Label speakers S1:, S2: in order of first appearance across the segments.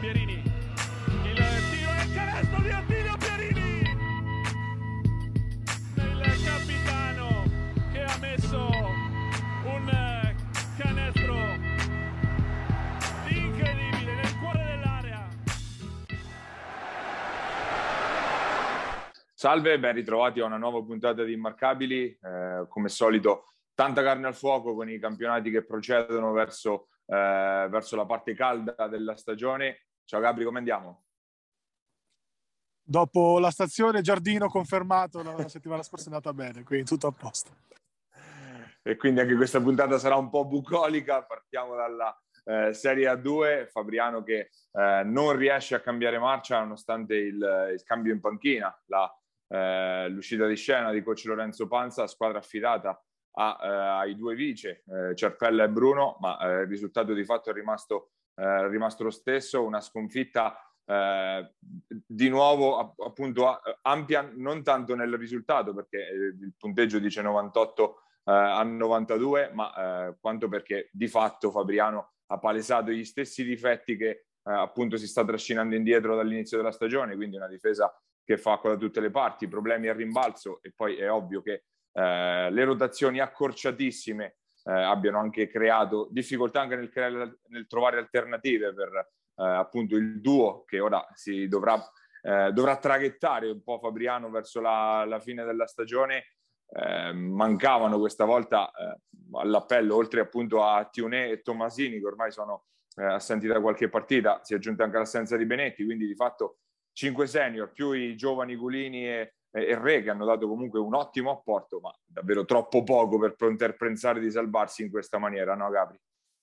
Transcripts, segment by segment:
S1: Pierini, il tiro e il canestro di Attilio Pierini, il capitano che ha messo un canestro incredibile nel cuore dell'area.
S2: Salve, ben ritrovati a una nuova puntata di Immarcabili. Come solito tanta carne al fuoco con i campionati che procedono verso la parte calda della stagione. Ciao Gabri, come andiamo?
S3: Dopo la stazione Giardino confermato la settimana scorsa è andata bene, quindi tutto a posto.
S2: E quindi anche questa puntata sarà un po' bucolica. Partiamo dalla Serie A2, Fabriano che non riesce a cambiare marcia nonostante il cambio in panchina, l'uscita di scena di coach Lorenzo Panza, squadra affidata ai due vice, Cerpella e Bruno, ma il risultato di fatto è rimasto lo stesso, una sconfitta di nuovo appunto ampia non tanto nel risultato, perché il punteggio dice 98 a 92, ma quanto perché di fatto Fabriano ha palesato gli stessi difetti che appunto si sta trascinando indietro dall'inizio della stagione, quindi una difesa che fa acqua da tutte le parti, problemi al rimbalzo, e poi è ovvio che le rotazioni accorciatissime abbiano anche creato difficoltà anche nel trovare alternative per appunto il duo che ora si dovrà traghettare un po' Fabriano verso la fine della stagione. Mancavano questa volta all'appello, oltre appunto a Tiunè e Tomasini che ormai sono assenti da qualche partita, si è aggiunta anche l'assenza di Benetti, quindi di fatto 5 senior più i giovani Gulini e Re, che hanno dato comunque un ottimo apporto, ma davvero troppo poco per poter pensare di salvarsi in questa maniera, no Gabri?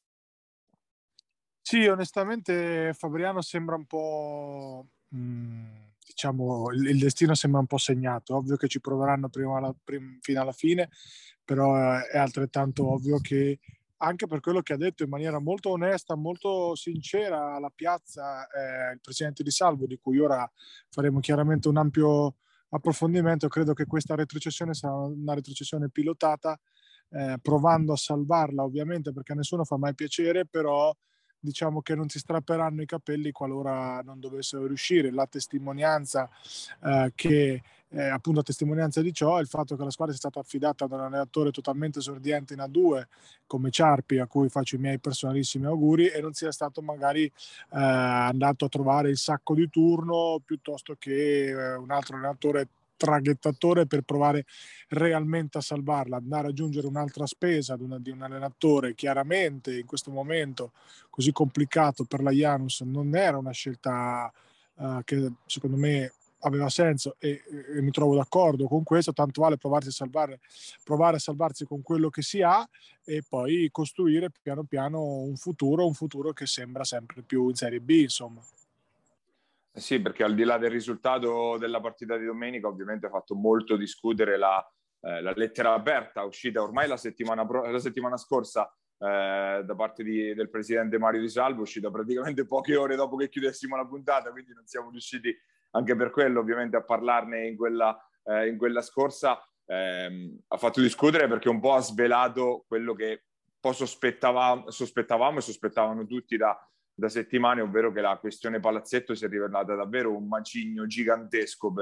S3: Sì, onestamente Fabriano sembra un po', diciamo, il destino sembra un po' segnato. Ovvio che ci proveranno fino alla fine, però è altrettanto ovvio che anche per quello che ha detto in maniera molto onesta, molto sincera alla piazza, il presidente di Salvo, di cui ora faremo chiaramente un ampio approfondimento, credo che questa retrocessione sarà una retrocessione pilotata, provando a salvarla ovviamente, perché a nessuno fa mai piacere, però diciamo che non si strapperanno i capelli qualora non dovessero riuscire. La testimonianza appunto a testimonianza di ciò è il fatto che la squadra sia stata affidata da un allenatore totalmente esordiente in A2 come Ciarpi, a cui faccio i miei personalissimi auguri, e non sia stato magari andato a trovare il sacco di turno piuttosto che un altro allenatore traghettatore per provare realmente a salvarla, andare ad aggiungere un'altra spesa di un allenatore. Chiaramente in questo momento così complicato per la Janus non era una scelta che secondo me aveva senso, e mi trovo d'accordo con questo. Tanto vale provare a salvarsi con quello che si ha e poi costruire piano piano un futuro che sembra sempre più in Serie B, insomma.
S2: Sì, perché al di là del risultato della partita di domenica, ovviamente ha fatto molto discutere la lettera aperta uscita ormai la settimana scorsa da parte del presidente Mario Di Salvo, uscita praticamente poche ore dopo che chiudessimo la puntata, quindi non siamo riusciti anche per quello ovviamente a parlarne in quella scorsa. Ha fatto discutere perché un po' ha svelato quello che un po' sospettavamo e sospettavano tutti da settimane, ovvero che la questione palazzetto si è rivelata davvero un macigno gigantesco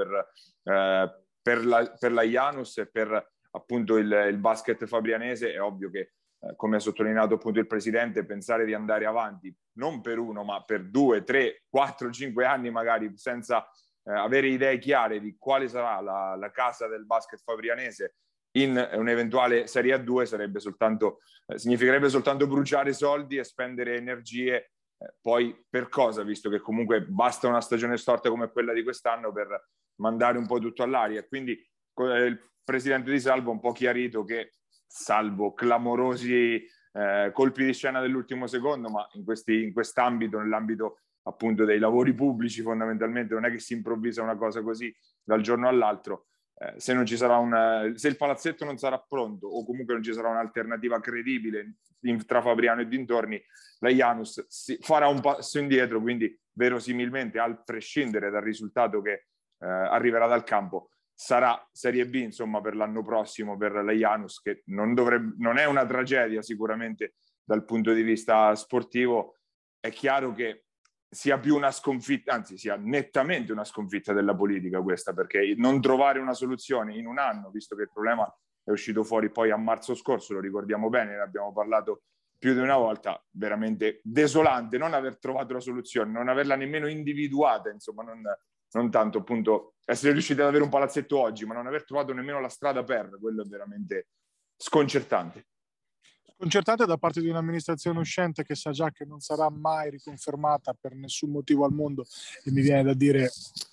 S2: per la Janus e per appunto il basket fabrianese. È ovvio che come ha sottolineato appunto il presidente, pensare di andare avanti non per uno ma per 2, 3, 4, 5 anni magari senza avere idee chiare di quale sarà la casa del basket fabrianese in un'eventuale Serie A2 significherebbe soltanto bruciare soldi e spendere energie. Poi per cosa, visto che comunque basta una stagione storta come quella di quest'anno per mandare un po' tutto all'aria. Quindi il presidente di Salvo ha un po' chiarito che, salvo clamorosi colpi di scena dell'ultimo secondo, ma in quest'ambito, nell'ambito appunto dei lavori pubblici fondamentalmente, non è che si improvvisa una cosa così dal giorno all'altro. Se il palazzetto non sarà pronto, o comunque non ci sarà un'alternativa credibile tra Fabriano e dintorni, la Janus farà un passo indietro, quindi verosimilmente, a prescindere dal risultato che arriverà dal campo, sarà Serie B insomma per l'anno prossimo per la Janus, che non è una tragedia sicuramente dal punto di vista sportivo. È chiaro che sia più una sconfitta, anzi sia nettamente una sconfitta della politica questa, perché non trovare una soluzione in un anno, visto che il problema è uscito fuori poi a marzo scorso, lo ricordiamo bene, ne abbiamo parlato più di una volta, veramente desolante non aver trovato la soluzione, non averla nemmeno individuata, insomma, non tanto appunto essere riusciti ad avere un palazzetto oggi, ma non aver trovato nemmeno la strada per, quello è veramente sconcertante.
S3: Sconcertante da parte di un'amministrazione uscente che sa già che non sarà mai riconfermata per nessun motivo al mondo, e mi viene da dire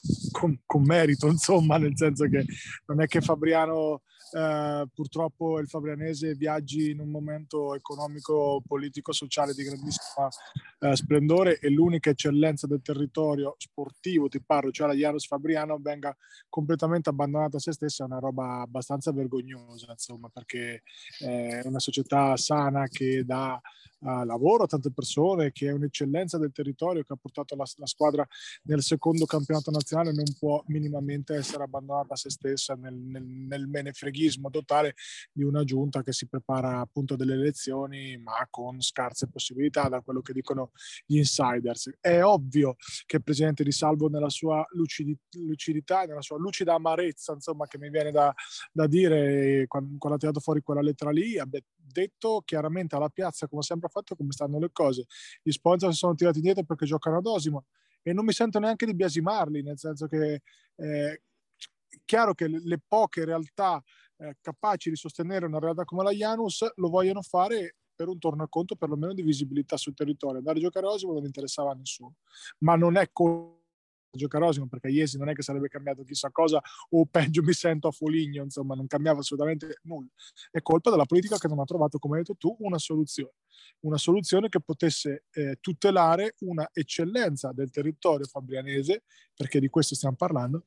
S3: con merito, insomma, nel senso che non è che Fabriano, purtroppo il fabrianese viaggi in un momento economico, politico, sociale di grandissimo splendore, e l'unica eccellenza del territorio sportivo, ti parlo, cioè la Janus Fabriano, venga completamente abbandonata a se stessa, è una roba abbastanza vergognosa, insomma, perché è una società sana che dà lavoro a tante persone, che è un'eccellenza del territorio, che ha portato la squadra nel secondo campionato nazionale, non può minimamente essere abbandonata a se stessa nel menefreghismo totale di una giunta che si prepara appunto delle elezioni, ma con scarse possibilità, da quello che dicono gli insiders. È ovvio che il presidente Di Salvo, nella sua lucidità, nella sua lucida amarezza, insomma, che mi viene da dire, quando ha tirato fuori quella lettera lì, abbia detto chiaramente alla piazza, come sempre ha fatto, come stanno le cose. Gli sponsor si sono tirati indietro perché giocano ad Osimo, e non mi sento neanche di biasimarli, nel senso che è chiaro che le poche realtà capaci di sostenere una realtà come la Janus lo vogliono fare per un tornaconto perlomeno di visibilità sul territorio. Andare a giocare a Osimo non interessava a nessuno, ma non è giocare a Osimo, perché Iesi non è che sarebbe cambiato chissà cosa, o peggio mi sento a Foligno, insomma non cambiava assolutamente nulla. È colpa della politica che non ha trovato, come hai detto tu, una soluzione che potesse tutelare una eccellenza del territorio fabrianese, perché di questo stiamo parlando,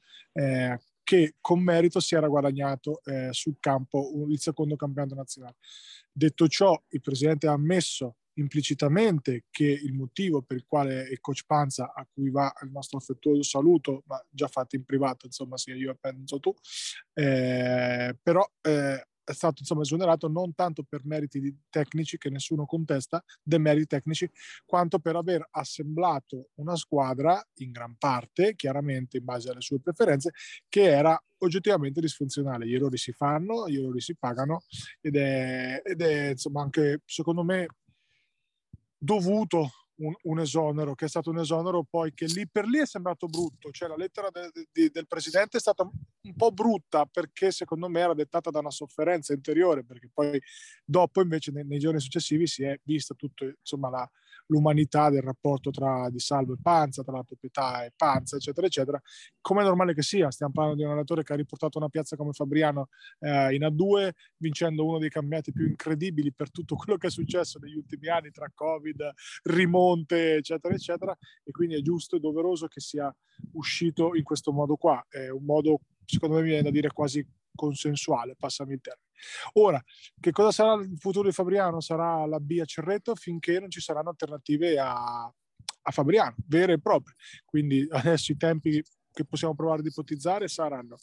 S3: che con merito si era guadagnato sul campo il secondo campionato nazionale. Detto ciò, il presidente ha ammesso implicitamente che il motivo per il quale il coach Panza, a cui va il nostro affettuoso saluto, ma già fatto in privato, insomma, sia io e penso tu, però è stato insomma esonerato non tanto per meriti tecnici, che nessuno contesta, demeriti tecnici, quanto per aver assemblato una squadra in gran parte, chiaramente in base alle sue preferenze, che era oggettivamente disfunzionale. Gli errori si fanno, gli errori si pagano, ed è insomma anche secondo me dovuto un esonero, che è stato un esonero poi che lì per lì è sembrato brutto, cioè la lettera del presidente è stata un po' brutta, perché secondo me era dettata da una sofferenza interiore, perché poi dopo invece nei giorni successivi si è vista tutto, insomma, l'umanità del rapporto tra Di Salvo e Panza, tra la proprietà e Panza, eccetera eccetera, come è normale che sia. Stiamo parlando di un allenatore che ha riportato una piazza come Fabriano in A2, vincendo uno dei campionati più incredibili per tutto quello che è successo negli ultimi anni, tra Covid, rimonte, eccetera eccetera, e quindi è giusto e doveroso che sia uscito in questo modo qua. È un modo, secondo me, mi viene da dire quasi consensuale, passami il termine. Ora, che cosa sarà il futuro di Fabriano? Sarà la B a Cerreto finché non ci saranno alternative a Fabriano, vere e proprie. Quindi adesso i tempi che possiamo provare ad ipotizzare saranno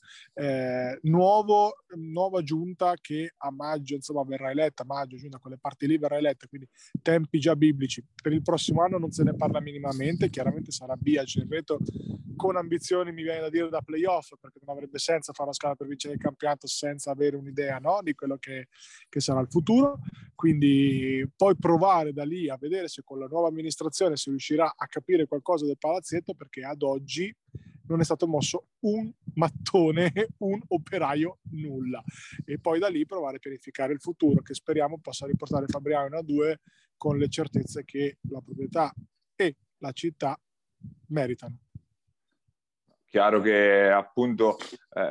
S3: nuova giunta che a maggio, insomma, verrà eletta, maggio, giugno, quelle parti lì verrà eletta, quindi tempi già biblici. Per il prossimo anno non se ne parla minimamente, chiaramente sarà B a Cerreto, con ambizioni, mi viene da dire, da playoff, perché non avrebbe senso fare la scala per vincere il campionato senza avere un'idea, no, di quello che sarà il futuro. Quindi poi provare da lì a vedere se con la nuova amministrazione si riuscirà a capire qualcosa del palazzetto, perché ad oggi non è stato mosso un mattone, un operaio, nulla. E poi da lì provare a pianificare il futuro, che speriamo possa riportare Fabriano in A2 con le certezze che la proprietà e la città meritano.
S2: Chiaro che appunto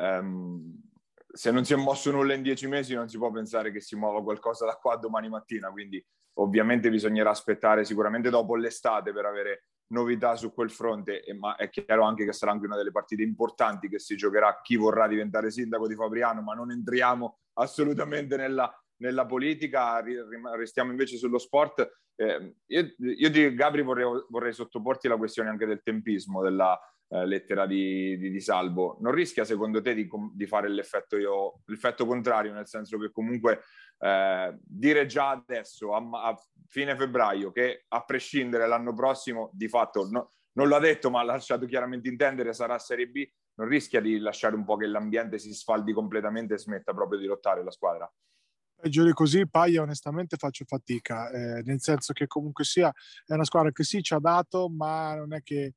S2: se non si è mosso nulla in 10 mesi non si può pensare che si muova qualcosa da qua domani mattina, quindi ovviamente bisognerà aspettare sicuramente dopo l'estate per avere novità su quel fronte, ma è chiaro anche che sarà anche una delle partite importanti che si giocherà chi vorrà diventare sindaco di Fabriano, ma non entriamo assolutamente nella politica, restiamo invece sullo sport. Io di Gabri vorrei sottoporti la questione anche del tempismo della lettera di Salvo. Non rischia secondo te di fare l'effetto contrario, nel senso che comunque dire già adesso a fine febbraio che a prescindere l'anno prossimo di fatto non l'ha detto, ma ha lasciato chiaramente intendere, sarà Serie B, non rischia di lasciare un po' che l'ambiente si sfaldi completamente e smetta proprio di lottare la squadra?
S3: Peggio di così, Paglia, onestamente faccio fatica, nel senso che comunque sia è una squadra che sì ci ha dato, ma non è che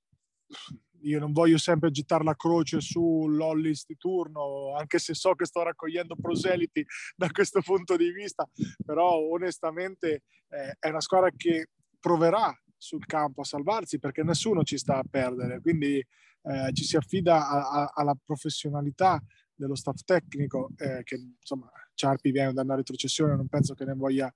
S3: io non voglio sempre gettare la croce sull'Ollis di turno, anche se so che sto raccogliendo proseliti da questo punto di vista, però onestamente è una squadra che proverà sul campo a salvarsi perché nessuno ci sta a perdere, quindi ci si affida alla professionalità dello staff tecnico che insomma Ciarpi viene da una retrocessione, non penso che ne voglia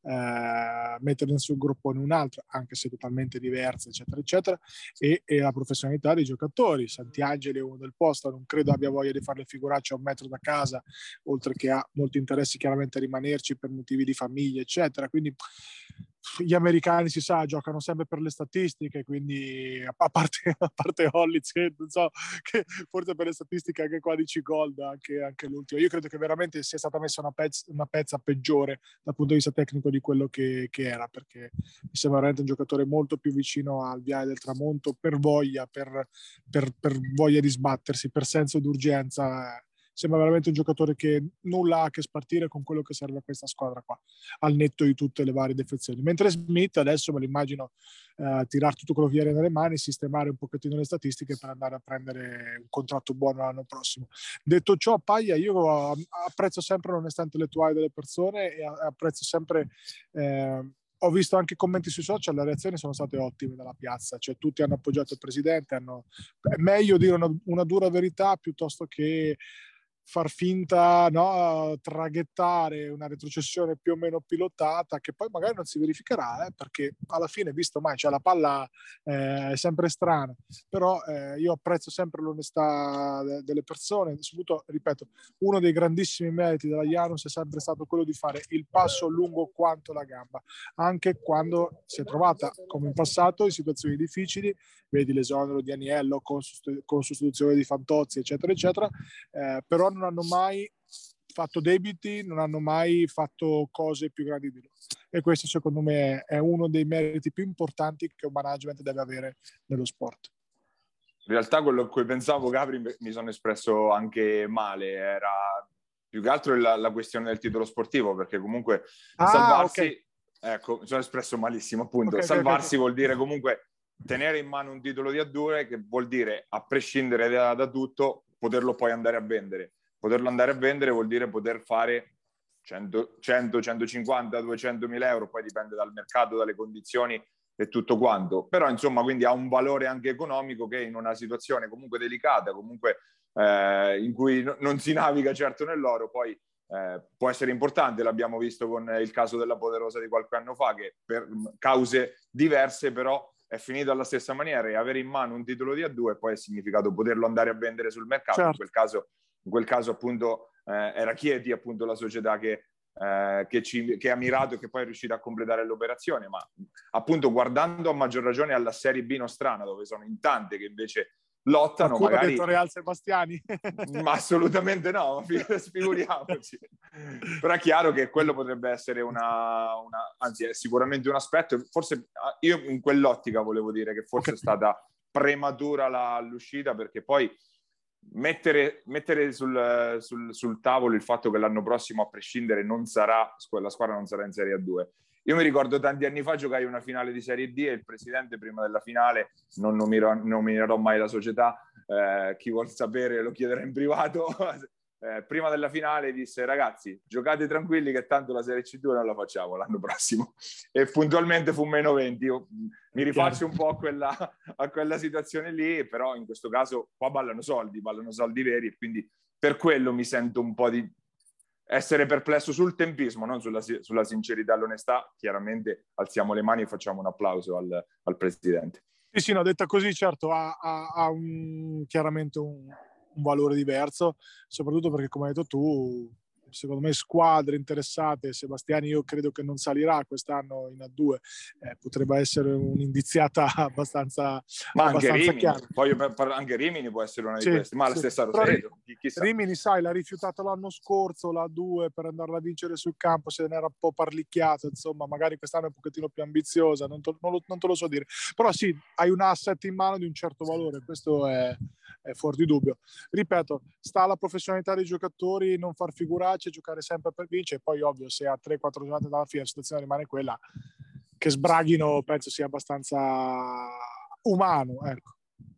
S3: mettere nel suo gruppo in un altro, anche se totalmente diversa, eccetera, eccetera, e la professionalità dei giocatori. Santiangeli è uno del posto, non credo abbia voglia di fare le figuracce a un metro da casa, oltre che ha molti interessi chiaramente a rimanerci per motivi di famiglia, eccetera. Quindi gli americani, si sa, giocano sempre per le statistiche, quindi a parte Hollitz, che non so, che forse per le statistiche anche qua dici gol, anche l'ultimo. Io credo che veramente sia stata messa una pezza peggiore dal punto di vista tecnico di quello che era, perché mi sembra veramente un giocatore molto più vicino al Viale del Tramonto per voglia, per voglia di sbattersi, per senso d'urgenza. Sembra veramente un giocatore che nulla ha a che spartire con quello che serve a questa squadra qua, al netto di tutte le varie defezioni. Mentre Smith adesso me lo immagino tirare tutto quello che gli viene nelle mani, sistemare un pochettino le statistiche per andare a prendere un contratto buono l'anno prossimo. Detto ciò, Paglia, io apprezzo sempre l'onestà intellettuale delle persone e apprezzo sempre... ho visto anche commenti sui social, le reazioni sono state ottime dalla piazza, cioè tutti hanno appoggiato il presidente, è meglio dire una dura verità piuttosto che far finta, no, traghettare una retrocessione più o meno pilotata che poi magari non si verificherà, perché alla fine, visto mai, cioè la palla è sempre strana, però io apprezzo sempre l'onestà delle persone, soprattutto, ripeto, uno dei grandissimi meriti della Janus è sempre stato quello di fare il passo lungo quanto la gamba, anche quando si è trovata, come in passato, in situazioni difficili, vedi l'esonero di Aniello con sostituzione di Fantozzi, eccetera, eccetera, però non hanno mai fatto debiti, non hanno mai fatto cose più grandi di loro. E questo secondo me è uno dei meriti più importanti che un management deve avere nello sport.
S2: In realtà quello a cui pensavo, Gabri, mi sono espresso anche male, era più che altro la questione del titolo sportivo, perché comunque salvarsi, okay. Ecco, mi sono espresso malissimo, appunto, okay, salvarsi okay. Vuol dire comunque tenere in mano un titolo di A2, che vuol dire, a prescindere da tutto, poterlo poi andare a vendere. Poterlo andare a vendere vuol dire poter fare 100, 150, 200 mila euro, poi dipende dal mercato, dalle condizioni e tutto quanto. Però insomma, quindi ha un valore anche economico che in una situazione comunque delicata, comunque in cui non si naviga certo nell'oro, poi può essere importante. L'abbiamo visto con il caso della Poderosa di qualche anno fa, che per cause diverse però è finito alla stessa maniera, e avere in mano un titolo di A2 poi ha significato poterlo andare a vendere sul mercato. Certo. In quel caso appunto era Chieti, appunto la società che ha mirato e che poi è riuscita a completare l'operazione, ma appunto guardando a maggior ragione alla Serie B nostrana, dove sono in tante che invece lottano,
S3: qualcuno
S2: magari...
S3: ha detto Real Sebastiani?
S2: Ma assolutamente no, figuriamoci. Però è chiaro che quello potrebbe essere anzi è sicuramente un aspetto, forse io in quell'ottica volevo dire che forse è stata prematura l'uscita, perché poi mettere sul tavolo il fatto che l'anno prossimo, a prescindere, la squadra non sarà in Serie A2. Io mi ricordo tanti anni fa giocai una finale di Serie D e il presidente prima della finale, non nominerò mai la società, chi vuol sapere lo chiederà in privato, prima della finale disse: ragazzi, giocate tranquilli che tanto la Serie C2 non la facciamo l'anno prossimo, e puntualmente fu -20. Io mi rifaccio un po' a quella situazione lì, però in questo caso qua ballano soldi veri, e quindi per quello mi sento un po' di essere perplesso sul tempismo, non sulla sincerità e l'onestà. Chiaramente alziamo le mani e facciamo un applauso al presidente.
S3: Sì, no, detta così, certo, ha chiaramente un valore diverso, soprattutto perché, come hai detto tu, secondo me, squadre interessate. Sebastiani io credo che non salirà quest'anno in A2, potrebbe essere un'indiziata abbastanza
S2: anche Rimini,
S3: chiara.
S2: poi anche Rimini può essere una di queste, ma la stessa Roseto, chissà.
S3: Rimini, sai, l'ha rifiutato l'anno scorso la A2 per andarla a vincere sul campo, se ne era un po' parlicchiato, insomma, magari quest'anno è un pochettino più ambiziosa, non te lo so dire, però sì, hai un asset in mano di un certo valore, questo è fuori di dubbio. Ripeto, sta alla professionalità dei giocatori non far figuracce, giocare sempre per vincere, poi ovvio se a 3-4 giornate dalla fine la situazione rimane quella, che sbraghino penso sia abbastanza umano, ecco.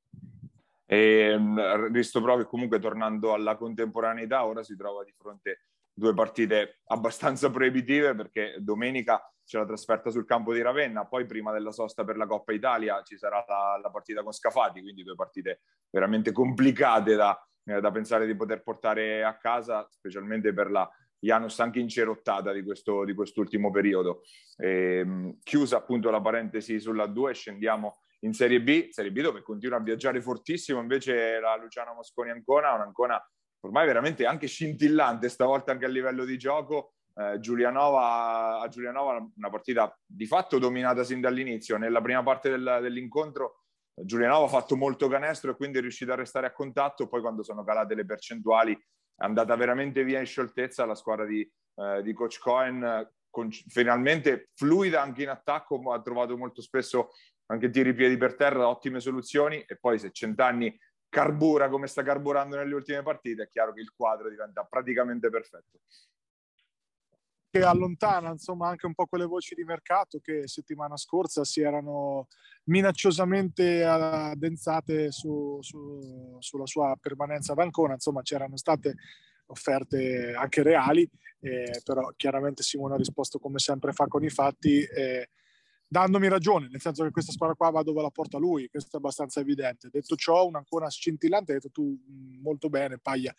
S2: E Risto Pro, che comunque, tornando alla contemporaneità, ora si trova di fronte due partite abbastanza proibitive, perché domenica c'è la trasferta sul campo di Ravenna, poi prima della sosta per la Coppa Italia ci sarà la partita con Scafati, quindi due partite veramente complicate da pensare di poter portare a casa, specialmente per la Janus anche incerottata di quest'ultimo periodo. Chiusa appunto la parentesi sulla 2, scendiamo in Serie B dove continua a viaggiare fortissimo invece la Luciano Mosconi Ancona, un'Ancona ormai veramente anche scintillante, stavolta anche a livello di gioco. Giulianova una partita di fatto dominata sin dall'inizio. Nella prima parte dell'incontro Giulianova ha fatto molto canestro e quindi è riuscita a restare a contatto, poi quando sono calate le percentuali è andata veramente via in scioltezza la squadra di Coach Cohen, finalmente fluida anche in attacco, ha trovato molto spesso anche tiri piedi per terra, ottime soluzioni, e poi se Centanni carbura come sta carburando nelle ultime partite, è chiaro che il quadro diventa praticamente perfetto.
S3: Che allontana insomma anche un po' quelle voci di mercato che settimana scorsa si erano minacciosamente addensate sulla sua permanenza ad Ancona. Insomma, c'erano state offerte anche reali, però chiaramente Simone ha risposto come sempre fa con i fatti, dandomi ragione, nel senso che questa squadra qua va dove la porta lui, questo è abbastanza evidente. Detto ciò, un'Ancona scintillante, hai detto tu molto bene, Paglia.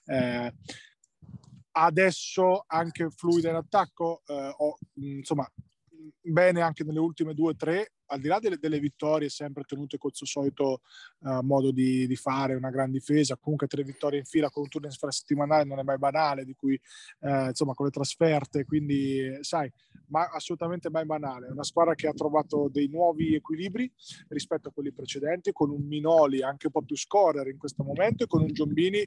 S3: Adesso anche fluida in attacco, insomma, bene anche nelle ultime 2-3, al di là delle vittorie sempre tenute col suo solito modo di fare, una gran difesa, comunque 3 vittorie in fila con un turno infrasettimanale non è mai banale, di cui insomma con le trasferte, quindi sai, ma assolutamente mai banale. È una squadra che ha trovato dei nuovi equilibri rispetto a quelli precedenti, con un Minoli anche un po' più scorer in questo momento e con un Giombini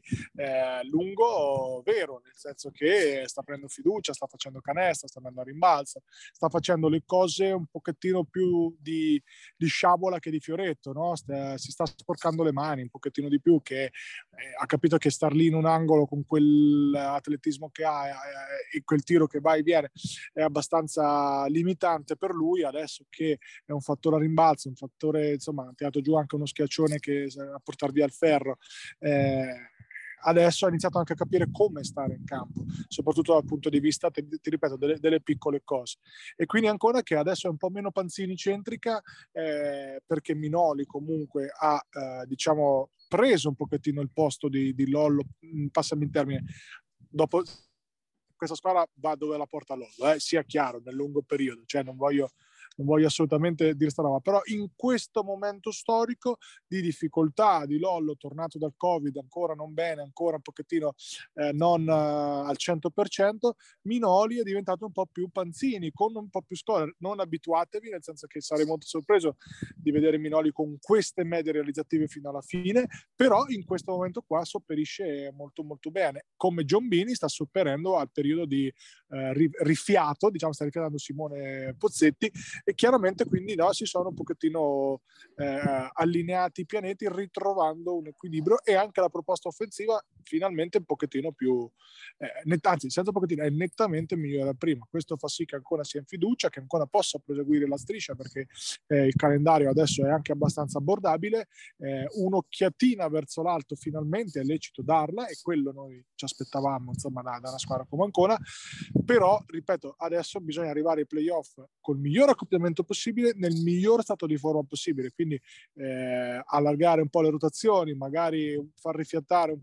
S3: lungo vero, nel senso che sta prendendo fiducia, sta facendo canestro, sta andando a rimbalzo, sta facendo le cose un pochettino più di sciabola che di fioretto, no? Si sta sporcando le mani un pochettino di più, che ha capito che star lì in un angolo con quell'atletismo che ha e quel tiro che va e viene è abbastanza limitante per lui. Adesso che è un fattore a rimbalzo, un fattore, insomma, ha tirato giù anche uno schiaccione che a portare via il ferro, adesso ha iniziato anche a capire come stare in campo, soprattutto dal punto di vista, ti ripeto, delle piccole cose. E quindi ancora che adesso è un po' meno Panzini centrica, perché Minoli comunque ha diciamo preso un pochettino il posto di Lollo, passami il termine, dopo questa squadra va dove la porta Lollo, sia chiaro, nel lungo periodo, cioè non voglio assolutamente dire sta roba, però in questo momento storico di difficoltà di Lollo, tornato dal Covid, ancora non bene, ancora un pochettino non al 100%, Minoli è diventato un po' più Panzini, con un po' più scorer. Non abituatevi, nel senso che sarei molto sorpreso di vedere Minoli con queste medie realizzative fino alla fine, però in questo momento qua sopperisce molto molto bene, come Giombini sta sopperendo al periodo di rifiato, diciamo, sta rifiatando Simone Pozzetti, e chiaramente quindi si sono un pochettino allineati i pianeti, ritrovando un equilibrio, e anche la proposta offensiva finalmente un pochettino più anzi, senza un pochettino, è nettamente migliore da prima. Questo fa sì che ancora sia in fiducia, che ancora possa proseguire la striscia, perché il calendario adesso è anche abbastanza abbordabile. Un'occhiatina verso l'alto finalmente è lecito darla, e quello noi ci aspettavamo, insomma, da una squadra come Ancona. Però ripeto, adesso bisogna arrivare ai playoff col miglior accoppiamento possibile, nel miglior stato di forma possibile, quindi allargare un po' le rotazioni, magari far rifiatare un po' i giocatori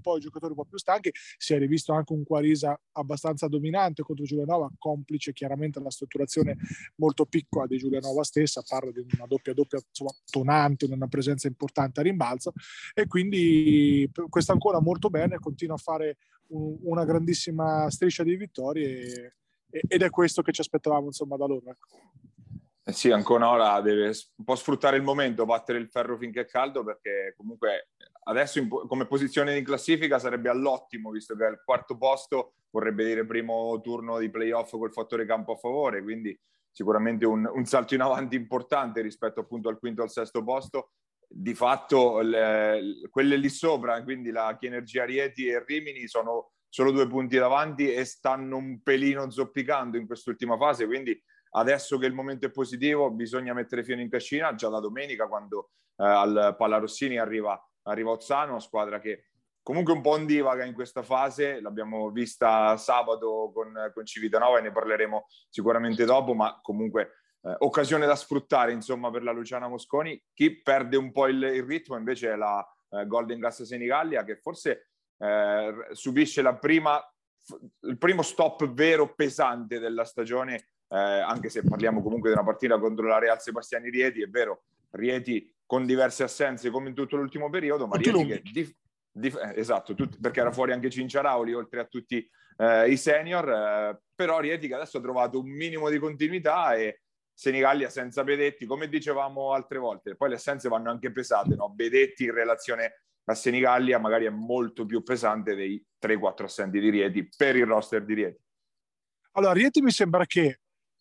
S3: giocatori un po' più stanchi. Si è rivisto anche un Quarisa abbastanza dominante contro Giulianova, complice chiaramente la strutturazione molto piccola di Giulianova stessa, parlo di una doppia insomma, tonante, una presenza importante a rimbalzo, e quindi questo ancora molto bene, continua a fare una grandissima striscia di vittorie ed è questo che ci aspettavamo insomma da loro.
S2: Sì, ancora ora deve un po' sfruttare il momento, battere il ferro finché è caldo, perché comunque adesso come posizione in classifica sarebbe all'ottimo, visto che è al quarto posto, vorrebbe dire primo turno di playoff col fattore campo a favore, quindi sicuramente un salto in avanti importante rispetto appunto al quinto e al sesto posto. Di fatto quelle lì sopra, quindi la Chienergia Rieti e Rimini, sono solo 2 punti davanti e stanno un pelino zoppicando in quest'ultima fase, quindi adesso che il momento è positivo bisogna mettere fieno in cascina. Già da domenica, quando al Pallarossini arriva Ozzano, squadra che comunque un po' ondivaga in questa fase, l'abbiamo vista sabato con Civitanova e ne parleremo sicuramente dopo, ma comunque occasione da sfruttare insomma per la Luciana Mosconi. Chi perde un po' il ritmo invece è la Golden Gas Senigallia, che forse subisce il primo stop vero pesante della stagione, anche se parliamo comunque di una partita contro la Real Sebastiani Rieti. È vero, Rieti con diverse assenze come in tutto l'ultimo periodo, ma Rieti che esatto, perché era fuori anche Cinciarauli oltre a tutti i senior, però Rieti che adesso ha trovato un minimo di continuità, e Senigallia senza Bedetti, come dicevamo altre volte, poi le assenze vanno anche pesate, no? Bedetti in relazione a Senigallia magari è molto più pesante dei 3-4 assenti di Rieti per il roster di Rieti.
S3: Allora, Rieti mi sembra che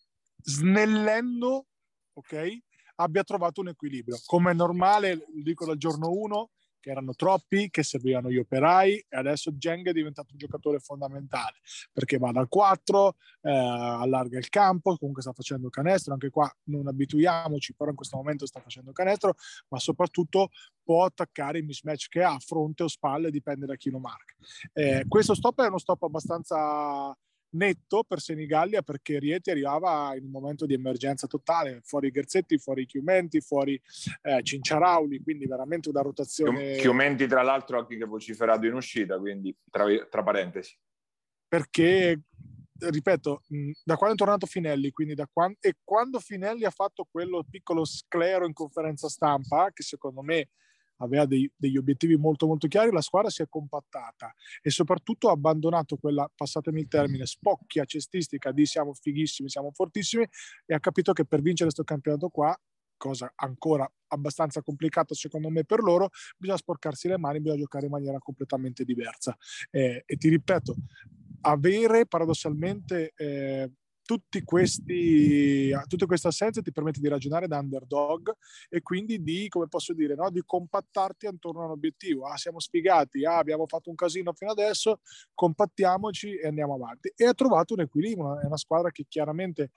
S3: snellendo, ok, abbia trovato un equilibrio. Come è normale, lo dico dal giorno 1, che erano troppi, che servivano gli operai, e adesso Geng è diventato un giocatore fondamentale, perché va dal 4, allarga il campo, comunque sta facendo canestro, anche qua non abituiamoci, però in questo momento sta facendo canestro, ma soprattutto può attaccare i mismatch che ha a fronte o spalle, dipende da chi lo marca. Questo stop è uno stop abbastanza netto per Senigallia, perché Rieti arrivava in un momento di emergenza totale, fuori Gherzetti, fuori Chiumenti, fuori Cinciarauli, quindi veramente una rotazione.
S2: Chiumenti tra l'altro anche che vociferato in uscita, quindi tra parentesi,
S3: perché ripeto, da quando è tornato Finelli, quindi quando Finelli ha fatto quello piccolo sclero in conferenza stampa, che secondo me aveva degli obiettivi molto molto chiari, la squadra si è compattata e soprattutto ha abbandonato quella, passatemi il termine, spocchia cestistica di siamo fighissimi, siamo fortissimi, e ha capito che per vincere questo campionato qua, cosa ancora abbastanza complicata secondo me per loro, bisogna sporcarsi le mani, bisogna giocare in maniera completamente diversa, e ti ripeto, avere paradossalmente tutte queste assenze ti permette di ragionare da underdog e quindi di, come posso dire, no? Di compattarti attorno a un obiettivo. Siamo sfigati, abbiamo fatto un casino fino adesso, compattiamoci e andiamo avanti. E ha trovato un equilibrio, è una squadra che chiaramente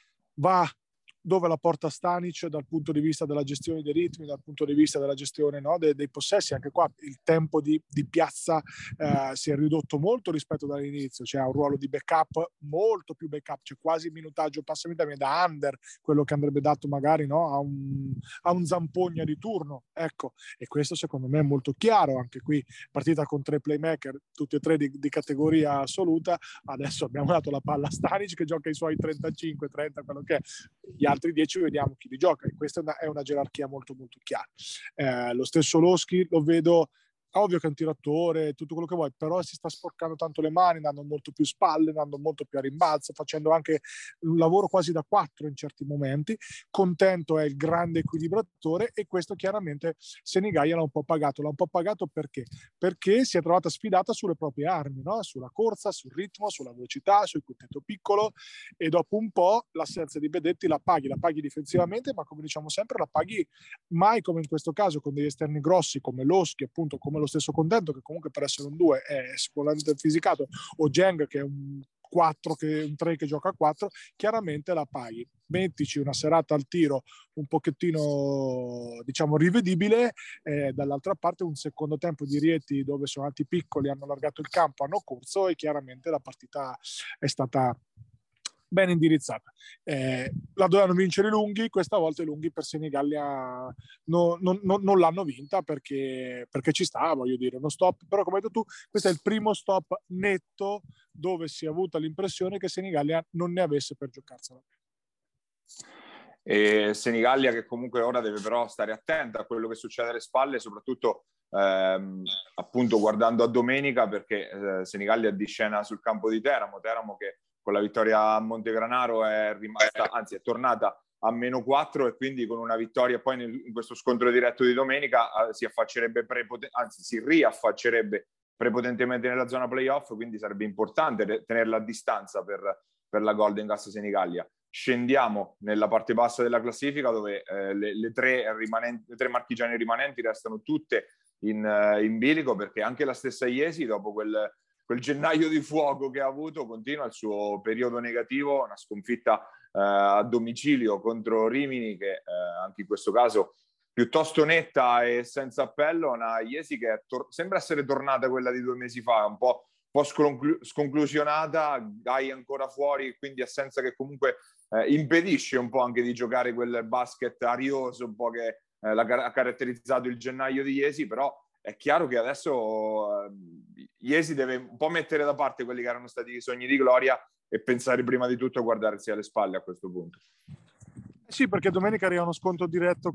S3: va dove la porta Stanic dal punto di vista della gestione dei ritmi, dal punto di vista della gestione, no, dei possessi. Anche qua il tempo di piazza si è ridotto molto rispetto dall'inizio, c'è un ruolo di backup, molto più backup, c'è quasi minutaggio, passami da under, quello che andrebbe dato magari, no, a un Zampogna di turno, ecco, e questo secondo me è molto chiaro. Anche qui partita con 3 playmaker, tutti e 3 di categoria assoluta. Adesso abbiamo dato la palla a Stanic che gioca i suoi 35, 30, quello che è. Gli altri 10 vediamo chi li gioca, e questa è una gerarchia molto molto chiara. Lo stesso Loschi lo vedo, ovvio che è un tiratore, tutto quello che vuoi, però si sta sporcando tanto le mani, andando molto più spalle, andando molto più a rimbalzo, facendo anche un lavoro quasi da 4 in certi momenti. Contento è il grande equilibratore, e questo chiaramente Senigallia l'ha un po' pagato perché si è trovata sfidata sulle proprie armi, no? Sulla corsa, sul ritmo, sulla velocità, sul quintetto piccolo, e dopo un po' l'assenza di Bedetti la paghi difensivamente, ma come diciamo sempre la paghi mai come in questo caso con degli esterni grossi come Loschi, appunto, come lo stesso Contento, che comunque per essere un 2 è sicuramente fisicato, o Geng che è un 4, un 3 che gioca a 4, chiaramente la paghi. Mettici una serata al tiro un pochettino, diciamo, rivedibile, dall'altra parte un secondo tempo di Rieti dove sono andati piccoli, hanno allargato il campo, hanno corso, e chiaramente la partita è stata ben indirizzata. La dovevano vincere i lunghi, questa volta i lunghi per Senigallia non l'hanno vinta perché ci sta, voglio dire, uno stop, però come hai detto tu, questo è il primo stop netto dove si è avuta l'impressione che Senigallia non ne avesse per giocarsela.
S2: E Senigallia che comunque ora deve però stare attenta a quello che succede alle spalle, soprattutto appunto guardando a domenica, perché Senigallia di scena sul campo di Teramo che con la vittoria a Montegranaro è rimasta, anzi è tornata a -4 e quindi con una vittoria poi in questo scontro diretto di domenica si affaccerebbe si riaffaccerebbe prepotentemente nella zona playoff, quindi sarebbe importante tenerla a distanza per la Golden Gas Senigallia. Scendiamo nella parte bassa della classifica dove le tre marchigiane rimanenti restano tutte in bilico, perché anche la stessa Iesi, dopo quel gennaio di fuoco che ha avuto, continua il suo periodo negativo, una sconfitta a domicilio contro Rimini che anche in questo caso piuttosto netta e senza appello, una Iesi che sembra essere tornata quella di 2 mesi fa, un po' sconclusionata, Gai ancora fuori, quindi assenza che comunque impedisce un po' anche di giocare quel basket arioso un po' che ha caratterizzato il gennaio di Iesi, però è chiaro che adesso Iesi deve un po' mettere da parte quelli che erano stati i sogni di gloria e pensare prima di tutto a guardarsi alle spalle a questo punto.
S3: Sì, perché domenica arriva uno scontro diretto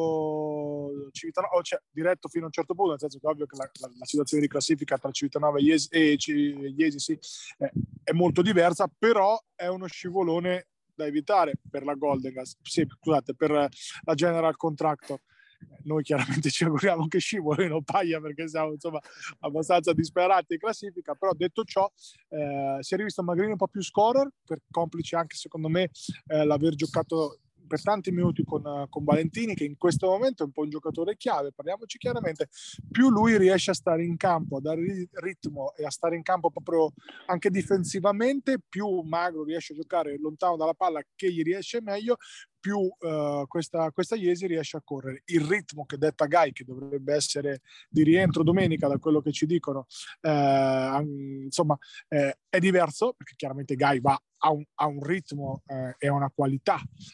S3: contro Civitanova, cioè diretto fino a un certo punto, nel senso che è ovvio che la situazione di classifica tra Civitanova e Iesi sì, è molto diversa, però è uno scivolone da evitare per la Golden Gas, sì, scusate, per la General Contractor. Noi chiaramente ci auguriamo che scivolino Paglia perché siamo insomma abbastanza disperati in classifica, però detto ciò si è rivisto Magrini un po' più scorer, per complice anche secondo me l'aver giocato per tanti minuti con Valentini, che in questo momento è un po' un giocatore chiave, parliamoci chiaramente, più lui riesce a stare in campo, a dare ritmo e a stare in campo proprio anche difensivamente, più Magro riesce a giocare lontano dalla palla, che gli riesce meglio, più questa Iesi riesce a correre. Il ritmo che detta Gai, che dovrebbe essere di rientro domenica da quello che ci dicono, insomma è diverso, perché chiaramente Gai ha un ritmo e una qualità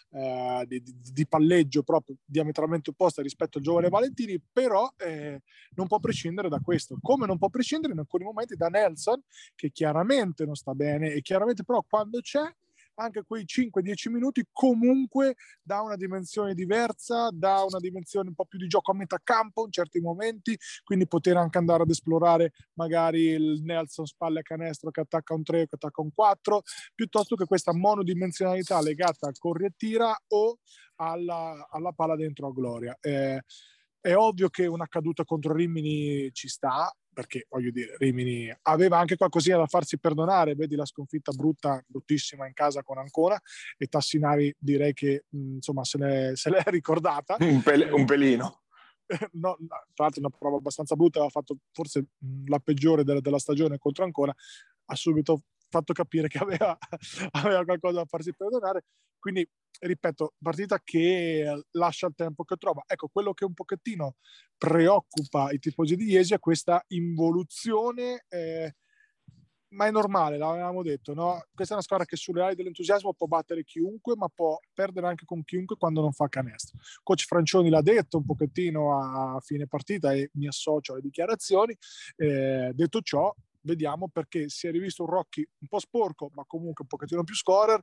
S3: di palleggio proprio diametralmente opposta rispetto al giovane Valentini, però non può prescindere da questo, come non può prescindere in alcuni momenti da Nelson, che chiaramente non sta bene e chiaramente però quando c'è anche quei 5-10 minuti comunque dà una dimensione diversa, dà una dimensione un po' più di gioco a metà campo in certi momenti, quindi poter anche andare ad esplorare magari il Nelson spalle a canestro che attacca un 3, che attacca un 4, piuttosto che questa monodimensionalità legata al corri e tira o alla palla dentro a Gloria. È ovvio che una caduta contro Rimini ci sta, perché voglio dire, Rimini aveva anche qualcosina da farsi perdonare, vedi la sconfitta bruttissima in casa con Ancona, e Tassinari direi che insomma se l'è ricordata.
S2: Un pelino.
S3: No, tra l'altro una prova abbastanza brutta, aveva fatto forse la peggiore della stagione contro Ancona, ha subito fatto capire che aveva qualcosa da farsi perdonare, quindi ripeto, partita che lascia il tempo che trova. Ecco, quello che un pochettino preoccupa i tifosi di Iesi è questa involuzione, ma è normale, l'avevamo detto, no? Questa è una squadra che sulle ali dell'entusiasmo può battere chiunque, ma può perdere anche con chiunque quando non fa canestro. Coach Francioni l'ha detto un pochettino a fine partita e mi associo alle dichiarazioni. Detto ciò, vediamo, perché si è rivisto un Rocchi un po' sporco, ma comunque un pochettino più scorer.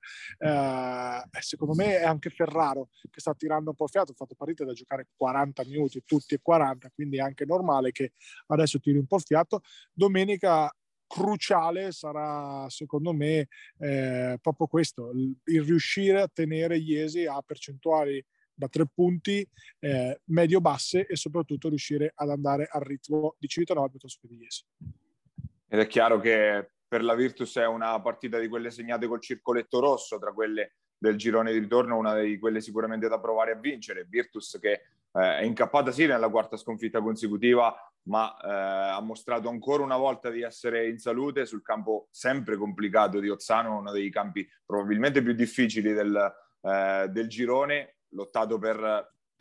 S3: Secondo me è anche Ferraro che sta tirando un po' il fiato, ha fatto partite da giocare 40 minuti, tutti e 40, quindi è anche normale che adesso tiri un po' il fiato. Domenica cruciale sarà secondo me proprio questo, il riuscire a tenere Iesi a percentuali da 3 punti medio-basse e soprattutto riuscire ad andare al ritmo di Civitanova piuttosto che di Iesi.
S2: Ed è chiaro che per la Virtus è una partita di quelle segnate col circoletto rosso, tra quelle del girone di ritorno, una di quelle sicuramente da provare a vincere. Virtus che è incappata sì nella quarta sconfitta consecutiva, ma ha mostrato ancora una volta di essere in salute sul campo sempre complicato di Ozzano, uno dei campi probabilmente più difficili del girone, lottato per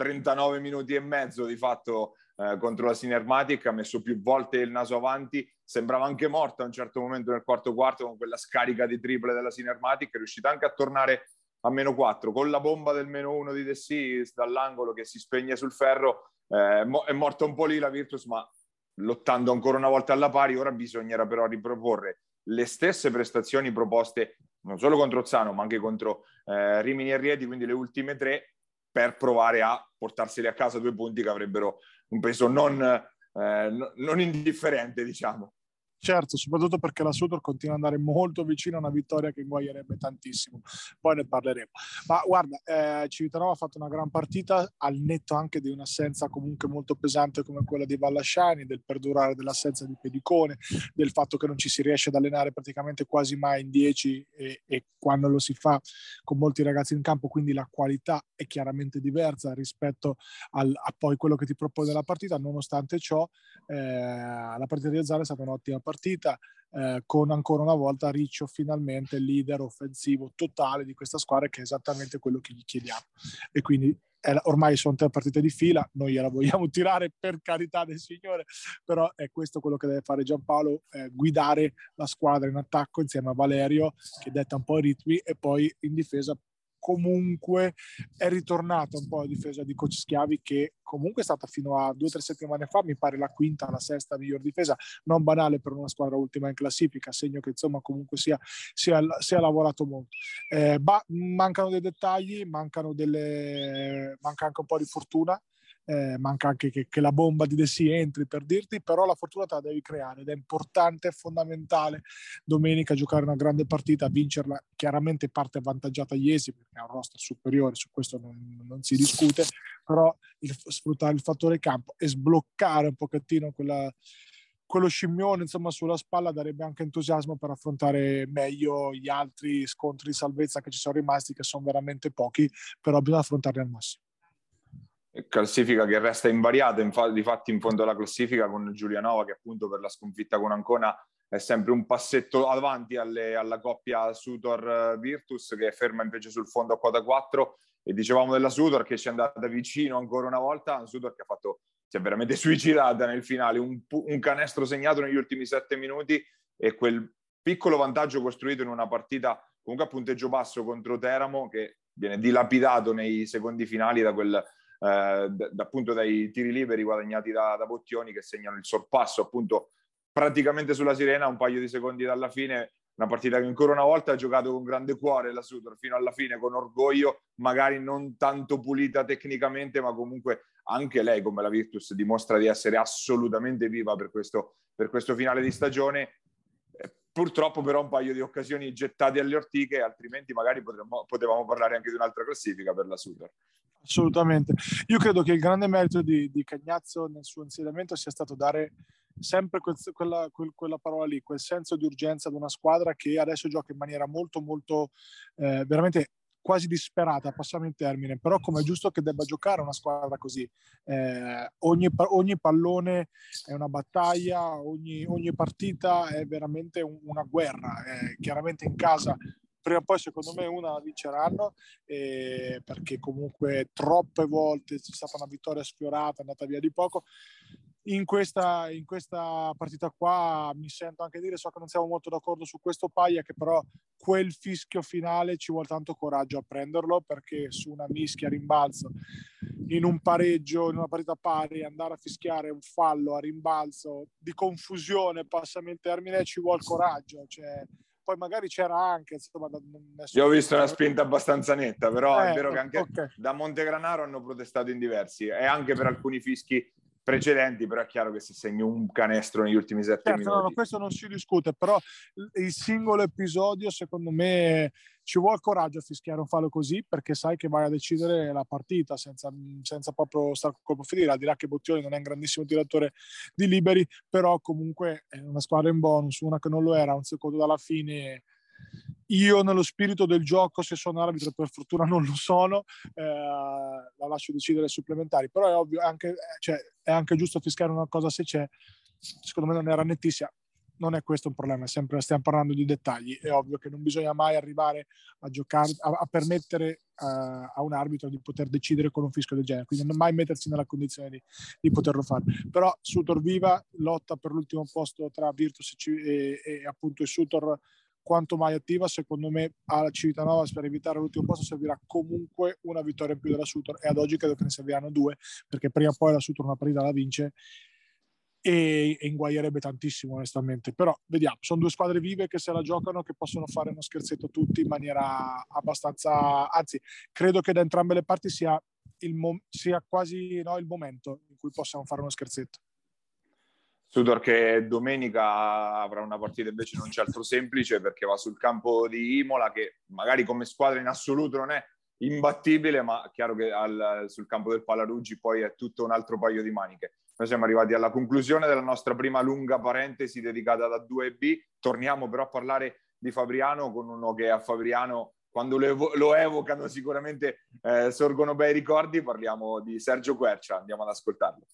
S2: 39 minuti e mezzo di fatto contro la Sinermatic, ha messo più volte il naso avanti, sembrava anche morta a un certo momento nel quarto quarto con quella scarica di triple della Sinermatic, è riuscita anche a tornare a -4 con la bomba del -1 di Dessì dall'angolo che si spegne sul ferro. È morta un po' lì la Virtus, ma lottando ancora una volta alla pari. Ora bisognerà però riproporre le stesse prestazioni proposte non solo contro Ozzano ma anche contro Rimini e Rieti, quindi le ultime 3, per provare a portarseli a casa 2 punti che avrebbero un peso non indifferente, diciamo.
S3: Certo, soprattutto perché la Sutor continua ad andare molto vicino a una vittoria che inguaglierebbe tantissimo. Poi ne parleremo. Ma guarda, Civitanova ha fatto una gran partita, al netto anche di un'assenza comunque molto pesante come quella di Vallasciani, del perdurare dell'assenza di Pedicone, del fatto che non ci si riesce ad allenare praticamente quasi mai in 10 e quando lo si fa con molti ragazzi in campo, quindi la qualità è chiaramente diversa rispetto a poi quello che ti propone la partita. Nonostante ciò, la partita di Ozzano è stata un'ottima partita, con ancora una volta Riccio finalmente leader offensivo totale di questa squadra, che è esattamente quello che gli chiediamo. E quindi ormai sono 3 partite di fila, noi gliela vogliamo tirare, per carità del Signore, però è questo quello che deve fare Giampaolo, guidare la squadra in attacco insieme a Valerio che detta un po' i ritmi, e poi in difesa comunque è ritornata un po' la difesa di Coach Schiavi, che comunque è stata fino a 2 o 3 settimane fa, mi pare, la quinta, la sesta miglior difesa, non banale per una squadra ultima in classifica, segno che insomma comunque si è lavorato molto. Mancano dei dettagli, manca anche un po' di fortuna, manca anche che la bomba di Dessì entri, per dirti, però la fortuna te la devi creare ed è importante, è fondamentale domenica giocare una grande partita, vincerla. Chiaramente parte avvantaggiata Iesi perché ha un roster superiore, su questo non si discute, però sfruttare il fattore campo e sbloccare un pochettino quello scimmione insomma sulla spalla darebbe anche entusiasmo per affrontare meglio gli altri scontri di salvezza che ci sono rimasti, che sono veramente pochi, però bisogna affrontarli al massimo.
S2: Classifica che resta invariata, difatti in fondo alla classifica con Giulianova che appunto per la sconfitta con Ancona è sempre un passetto avanti alla coppia Sutor-Virtus, che è ferma invece sul fondo a quota 4. E dicevamo della Sutor che ci è andata vicino ancora una volta, un Sutor che si è veramente suicidata nel finale, un canestro segnato negli ultimi 7 minuti e quel piccolo vantaggio costruito in una partita comunque a punteggio basso contro Teramo, che viene dilapidato nei secondi finali appunto dai tiri liberi guadagnati da Bottioni, che segnano il sorpasso appunto praticamente sulla sirena un paio di secondi dalla fine. Una partita che ancora una volta ha giocato con grande cuore la Sutor fino alla fine, con orgoglio, magari non tanto pulita tecnicamente, ma comunque anche lei, come la Virtus, dimostra di essere assolutamente viva per questo finale di stagione. Purtroppo però un paio di occasioni gettate alle ortiche, altrimenti magari potevamo parlare anche di un'altra classifica per la Sutor.
S3: Assolutamente. Io credo che il grande merito di Cagnazzo nel suo insediamento sia stato dare sempre quella parola lì, quel senso di urgenza ad una squadra che adesso gioca in maniera molto molto veramente quasi disperata, passiamo in termine, però come è giusto che debba giocare una squadra così. Ogni pallone è una battaglia, ogni partita è veramente una guerra. Chiaramente in casa prima o poi secondo me una la vinceranno, perché comunque troppe volte c'è stata una vittoria sfiorata, è andata via di poco. In questa partita qua mi sento anche dire, so che non siamo molto d'accordo su questo Paia, che però quel fischio finale ci vuole tanto coraggio a prenderlo, perché su una mischia a rimbalzo, in un pareggio, in una partita pari, andare a fischiare un fallo a rimbalzo di confusione, passami il termine, ci vuole coraggio, cioè poi magari c'era anche insomma,
S2: io ho visto una spinta abbastanza netta, però è vero che anche
S3: okay.
S2: Da Montegranaro hanno protestato in diversi e anche per alcuni fischi precedenti, però è chiaro che se segni un canestro negli ultimi 7 minuti.
S3: No, questo non si discute, però il singolo episodio secondo me ci vuole coraggio a fischiare un fallo così, perché sai che vai a decidere la partita senza proprio stare colpo finire, al di là che Bottioni non è un grandissimo tiratore di liberi, però comunque è una squadra in bonus, una che non lo era un secondo dalla fine. Io nello spirito del gioco, se sono arbitro, per fortuna non lo sono, la lascio decidere ai supplementari, però è ovvio, è anche giusto fischiare una cosa se c'è. Secondo me non era nettissima, non è questo un problema, stiamo parlando di dettagli. È ovvio che non bisogna mai arrivare a giocare, a permettere a un arbitro di poter decidere con un fischio del genere, quindi non mai mettersi nella condizione di poterlo fare. Però Sutor viva, lotta per l'ultimo posto tra Virtus e appunto il Sutor quanto mai attiva. Secondo me alla Civitanova, per evitare l'ultimo posto, servirà comunque una vittoria in più della Sutor, e ad oggi credo che ne serviranno 2, perché prima o poi la Sutor una partita la vince e inguaierebbe tantissimo onestamente. Però vediamo, sono 2 squadre vive che se la giocano, che possono fare uno scherzetto tutti in maniera abbastanza, anzi credo che da entrambe le parti sia quasi il momento in cui possiamo fare uno scherzetto.
S2: Sutor che domenica avrà una partita invece non certo semplice, perché va sul campo di Imola, che magari come squadra in assoluto non è imbattibile, ma chiaro che sul campo del Pallaruggi poi è tutto un altro paio di maniche. Noi siamo arrivati alla conclusione della nostra prima lunga parentesi dedicata da 2B. Torniamo però a parlare di Fabriano con uno che a Fabriano, quando lo evocano, sicuramente sorgono bei ricordi. Parliamo di Sergio Quercia, andiamo ad ascoltarlo.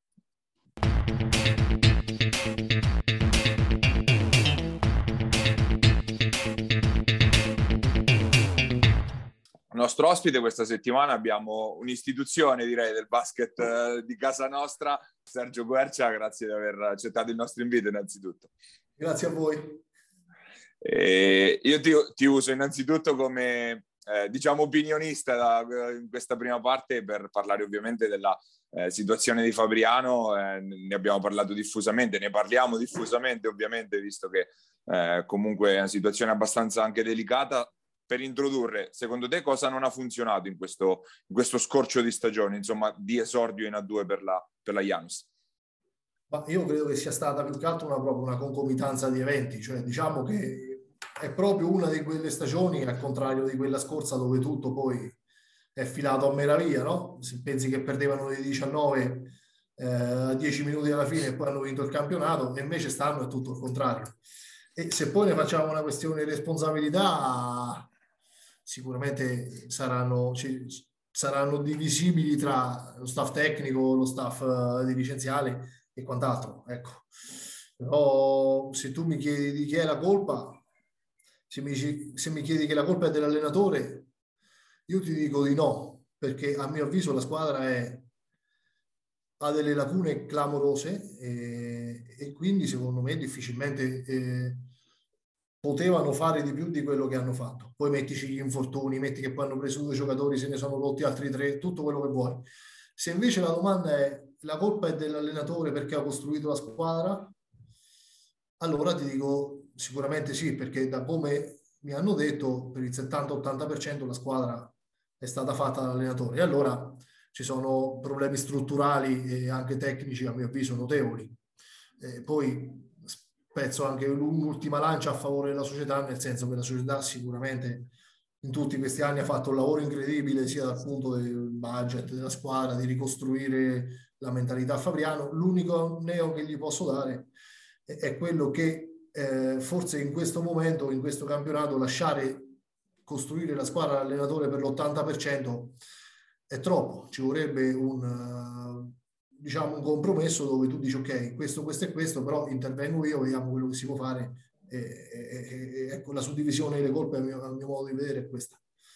S2: Nostro ospite questa settimana abbiamo un'istituzione, direi, del basket di casa nostra, Sergio Quercia. Grazie di aver accettato il nostro invito innanzitutto.
S4: Grazie a voi.
S2: Io ti uso innanzitutto come diciamo opinionista in questa prima parte, per parlare ovviamente della situazione di Fabriano. Ne abbiamo parlato diffusamente, ne parliamo diffusamente ovviamente, visto che comunque è una situazione abbastanza anche delicata. Per introdurre, secondo te cosa non ha funzionato in questo scorcio di stagione, insomma, di esordio in A2 per la Janus?
S4: Ma io credo che sia stata più che altro proprio una concomitanza di eventi, cioè diciamo che è proprio una di quelle stagioni, al contrario di quella scorsa, dove tutto poi è filato a meraviglia, no? Se pensi che perdevano dei 19 a 10 minuti alla fine e poi hanno vinto il campionato, e invece stanno è tutto il contrario. E se poi ne facciamo una questione di responsabilità, sicuramente saranno divisibili tra lo staff tecnico, lo staff dirigenziale e quant'altro, ecco. Però se tu mi chiedi di chi è la colpa, se mi chiedi che la colpa è dell'allenatore, io ti dico di no, perché a mio avviso la squadra ha delle lacune clamorose e quindi secondo me difficilmente potevano fare di più di quello che hanno fatto. Poi mettici gli infortuni, metti che poi hanno preso 2 giocatori, se ne sono rotti altri 3, tutto quello che vuoi. Se invece la domanda è la colpa è dell'allenatore perché ha costruito la squadra, allora ti dico sicuramente sì, perché da come mi hanno detto per il 70-80% la squadra è stata fatta dall'allenatore. E allora ci sono problemi strutturali e anche tecnici a mio avviso notevoli. Poi penso anche un'ultima lancia a favore della società, nel senso che la società sicuramente in tutti questi anni ha fatto un lavoro incredibile sia dal punto del budget della squadra, di ricostruire la mentalità Fabriano. L'unico neo che gli posso dare è quello che forse in questo momento, in questo campionato, lasciare costruire la squadra all'allenatore per l'80% è troppo. Ci vorrebbe un compromesso dove tu dici ok, questo e questo, però intervengo io, vediamo quello che si può fare. Ecco, la suddivisione delle colpe a mio modo di vedere è questa.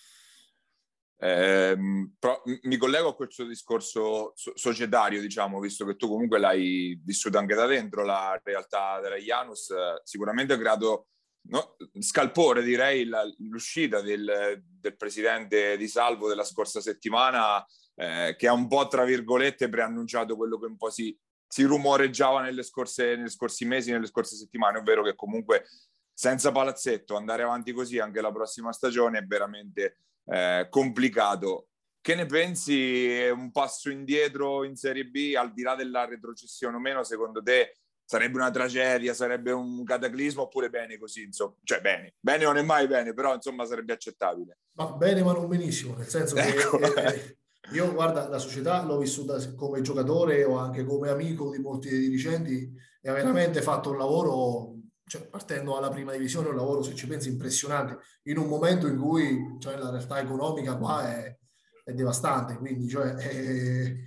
S2: Però mi collego a questo discorso societario, diciamo, visto che tu comunque l'hai vissuto anche da dentro la realtà della Janus. Sicuramente ha creato scalpore, direi, l'uscita del presidente Di Salvo della scorsa settimana, che ha un po', tra virgolette, preannunciato quello che un po' si rumoreggiava negli scorsi mesi, nelle scorse settimane, ovvero che comunque senza palazzetto andare avanti così anche la prossima stagione è veramente complicato. Che ne pensi? È un passo indietro in Serie B, al di là della retrocessione o meno? Secondo te sarebbe una tragedia, sarebbe un cataclismo, oppure bene così, insomma? Cioè bene non è mai bene, però insomma sarebbe accettabile.
S4: Ma bene, ma non benissimo, nel senso
S2: ecco,
S4: che io, guarda, la società l'ho vissuta come giocatore o anche come amico di molti dirigenti e ha veramente fatto un lavoro, cioè, partendo dalla prima divisione, un lavoro, se ci pensi, impressionante, in un momento in cui, cioè, la realtà economica qua è devastante, quindi cioè,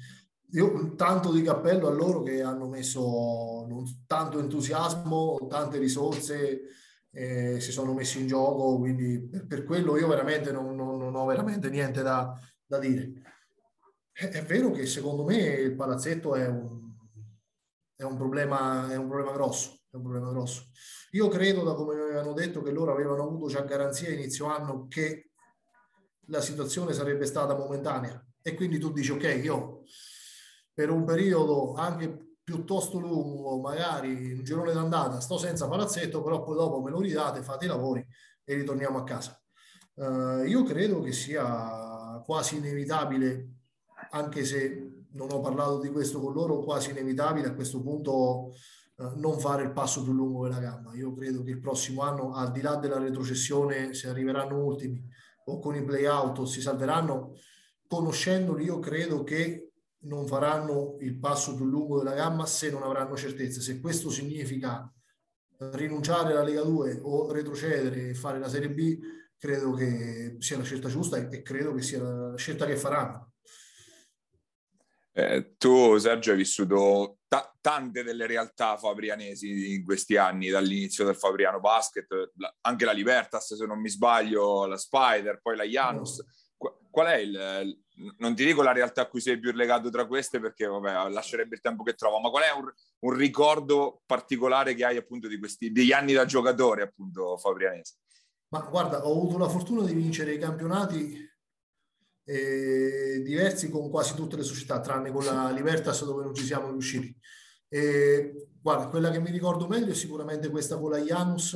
S4: io tanto di cappello a loro che hanno messo tanto entusiasmo, tante risorse, si sono messi in gioco, quindi per quello io veramente non ho veramente niente da dire. È vero che secondo me il palazzetto è un problema, grosso, è un problema grosso. Io credo, da come mi avevano detto, che loro avevano avuto già garanzia a inizio anno che la situazione sarebbe stata momentanea, e quindi tu dici ok, io per un periodo anche piuttosto lungo, magari un girone d'andata, sto senza palazzetto, però poi dopo me lo ridate, fate i lavori e ritorniamo a casa. Io credo che sia quasi inevitabile, anche se non ho parlato di questo con loro, quasi inevitabile a questo punto non fare il passo più lungo della gamba. Io credo che il prossimo anno, al di là della retrocessione, se arriveranno ultimi o con i play-out o si salveranno, conoscendoli, io credo che non faranno il passo più lungo della gamma se non avranno certezze. Se questo significa rinunciare alla Lega 2 o retrocedere e fare la Serie B, credo che sia la scelta giusta e credo che sia la scelta che faranno.
S2: Tu, Sergio, hai vissuto tante delle realtà fabrianesi in questi anni, dall'inizio del Fabriano Basket, anche la Libertas, se non mi sbaglio, la Spider, poi la Janus. Qual è non ti dico la realtà a cui sei più legato tra queste, perché vabbè, lascerebbe il tempo che trovo, ma qual è un ricordo particolare che hai appunto degli anni da giocatore, appunto, fabrianese?
S4: Ma guarda, ho avuto la fortuna di vincere i campionati diversi con quasi tutte le società, tranne con la Libertas dove non ci siamo riusciti. Guarda, quella che mi ricordo meglio è sicuramente questa con la Janus,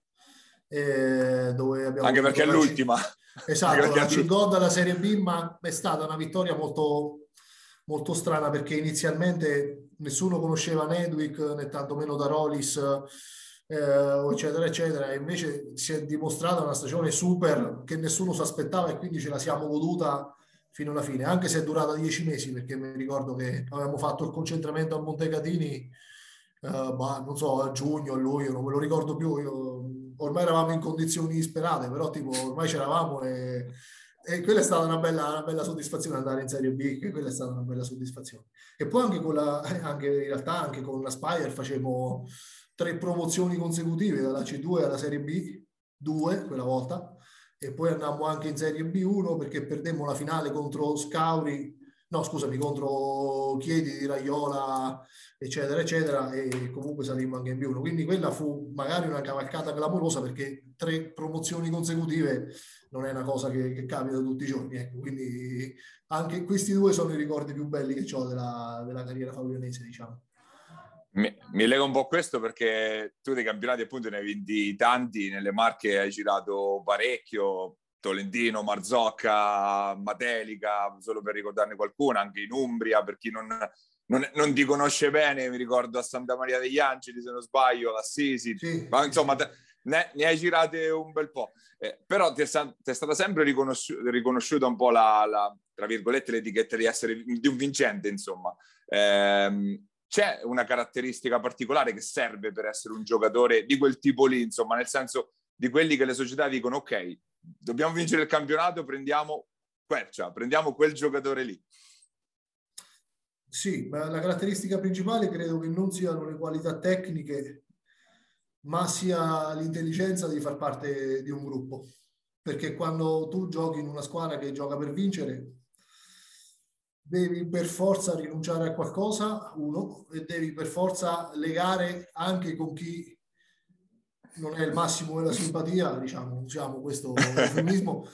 S4: dove abbiamo
S2: anche perché è l'ultima.
S4: Esatto, la Cingodda, la Serie B, ma è stata una vittoria molto, molto strana, perché inizialmente nessuno conosceva Nedwick, né tantomeno Darolis, eccetera, eccetera, e invece si è dimostrata una stagione super che nessuno si aspettava, e quindi ce la siamo goduta fino alla fine, anche se è durata 10 mesi, perché mi ricordo che avevamo fatto il concentramento a Montecatini, non so, a giugno, a luglio, non me lo ricordo più, ormai eravamo in condizioni disperate, però tipo ormai c'eravamo, e quella è stata una bella soddisfazione, andare in Serie B, che quella è stata una bella soddisfazione. E poi anche in realtà anche con la Spire facevamo 3 promozioni consecutive, dalla C2 alla Serie B, 2 quella volta, e poi andammo anche in Serie B1 perché perdemmo la finale contro Scauri, no scusami, contro Chiedi di Raiola, eccetera, eccetera, e comunque salimmo anche in B1. Quindi quella fu magari una cavalcata clamorosa, perché 3 promozioni consecutive non è una cosa che capita tutti i giorni. Ecco. Quindi anche questi 2 sono i ricordi più belli che ho della carriera fabrionese, diciamo.
S2: Mi lega un po' questo, perché tu dei campionati appunto ne hai vinti tanti, nelle Marche hai girato parecchio, Tolentino, Marzocca, Matelica, solo per ricordarne qualcuna, anche in Umbria, per chi non ti conosce bene, mi ricordo a Santa Maria degli Angeli, se non sbaglio, l'Assisi, sì, ma insomma ne hai girate un bel po', però ti è stata sempre riconosciuta un po' tra virgolette l'etichetta di essere di un vincente, insomma. C'è una caratteristica particolare che serve per essere un giocatore di quel tipo lì, insomma, nel senso di quelli che le società dicono ok, dobbiamo vincere il campionato, prendiamo Quercia, prendiamo quel giocatore lì?
S4: Sì, ma la caratteristica principale credo che non siano le qualità tecniche, ma sia l'intelligenza di far parte di un gruppo, perché quando tu giochi in una squadra che gioca per vincere, devi per forza rinunciare a qualcosa, uno, e devi per forza legare anche con chi non è il massimo della simpatia, diciamo, usiamo questo eufemismo,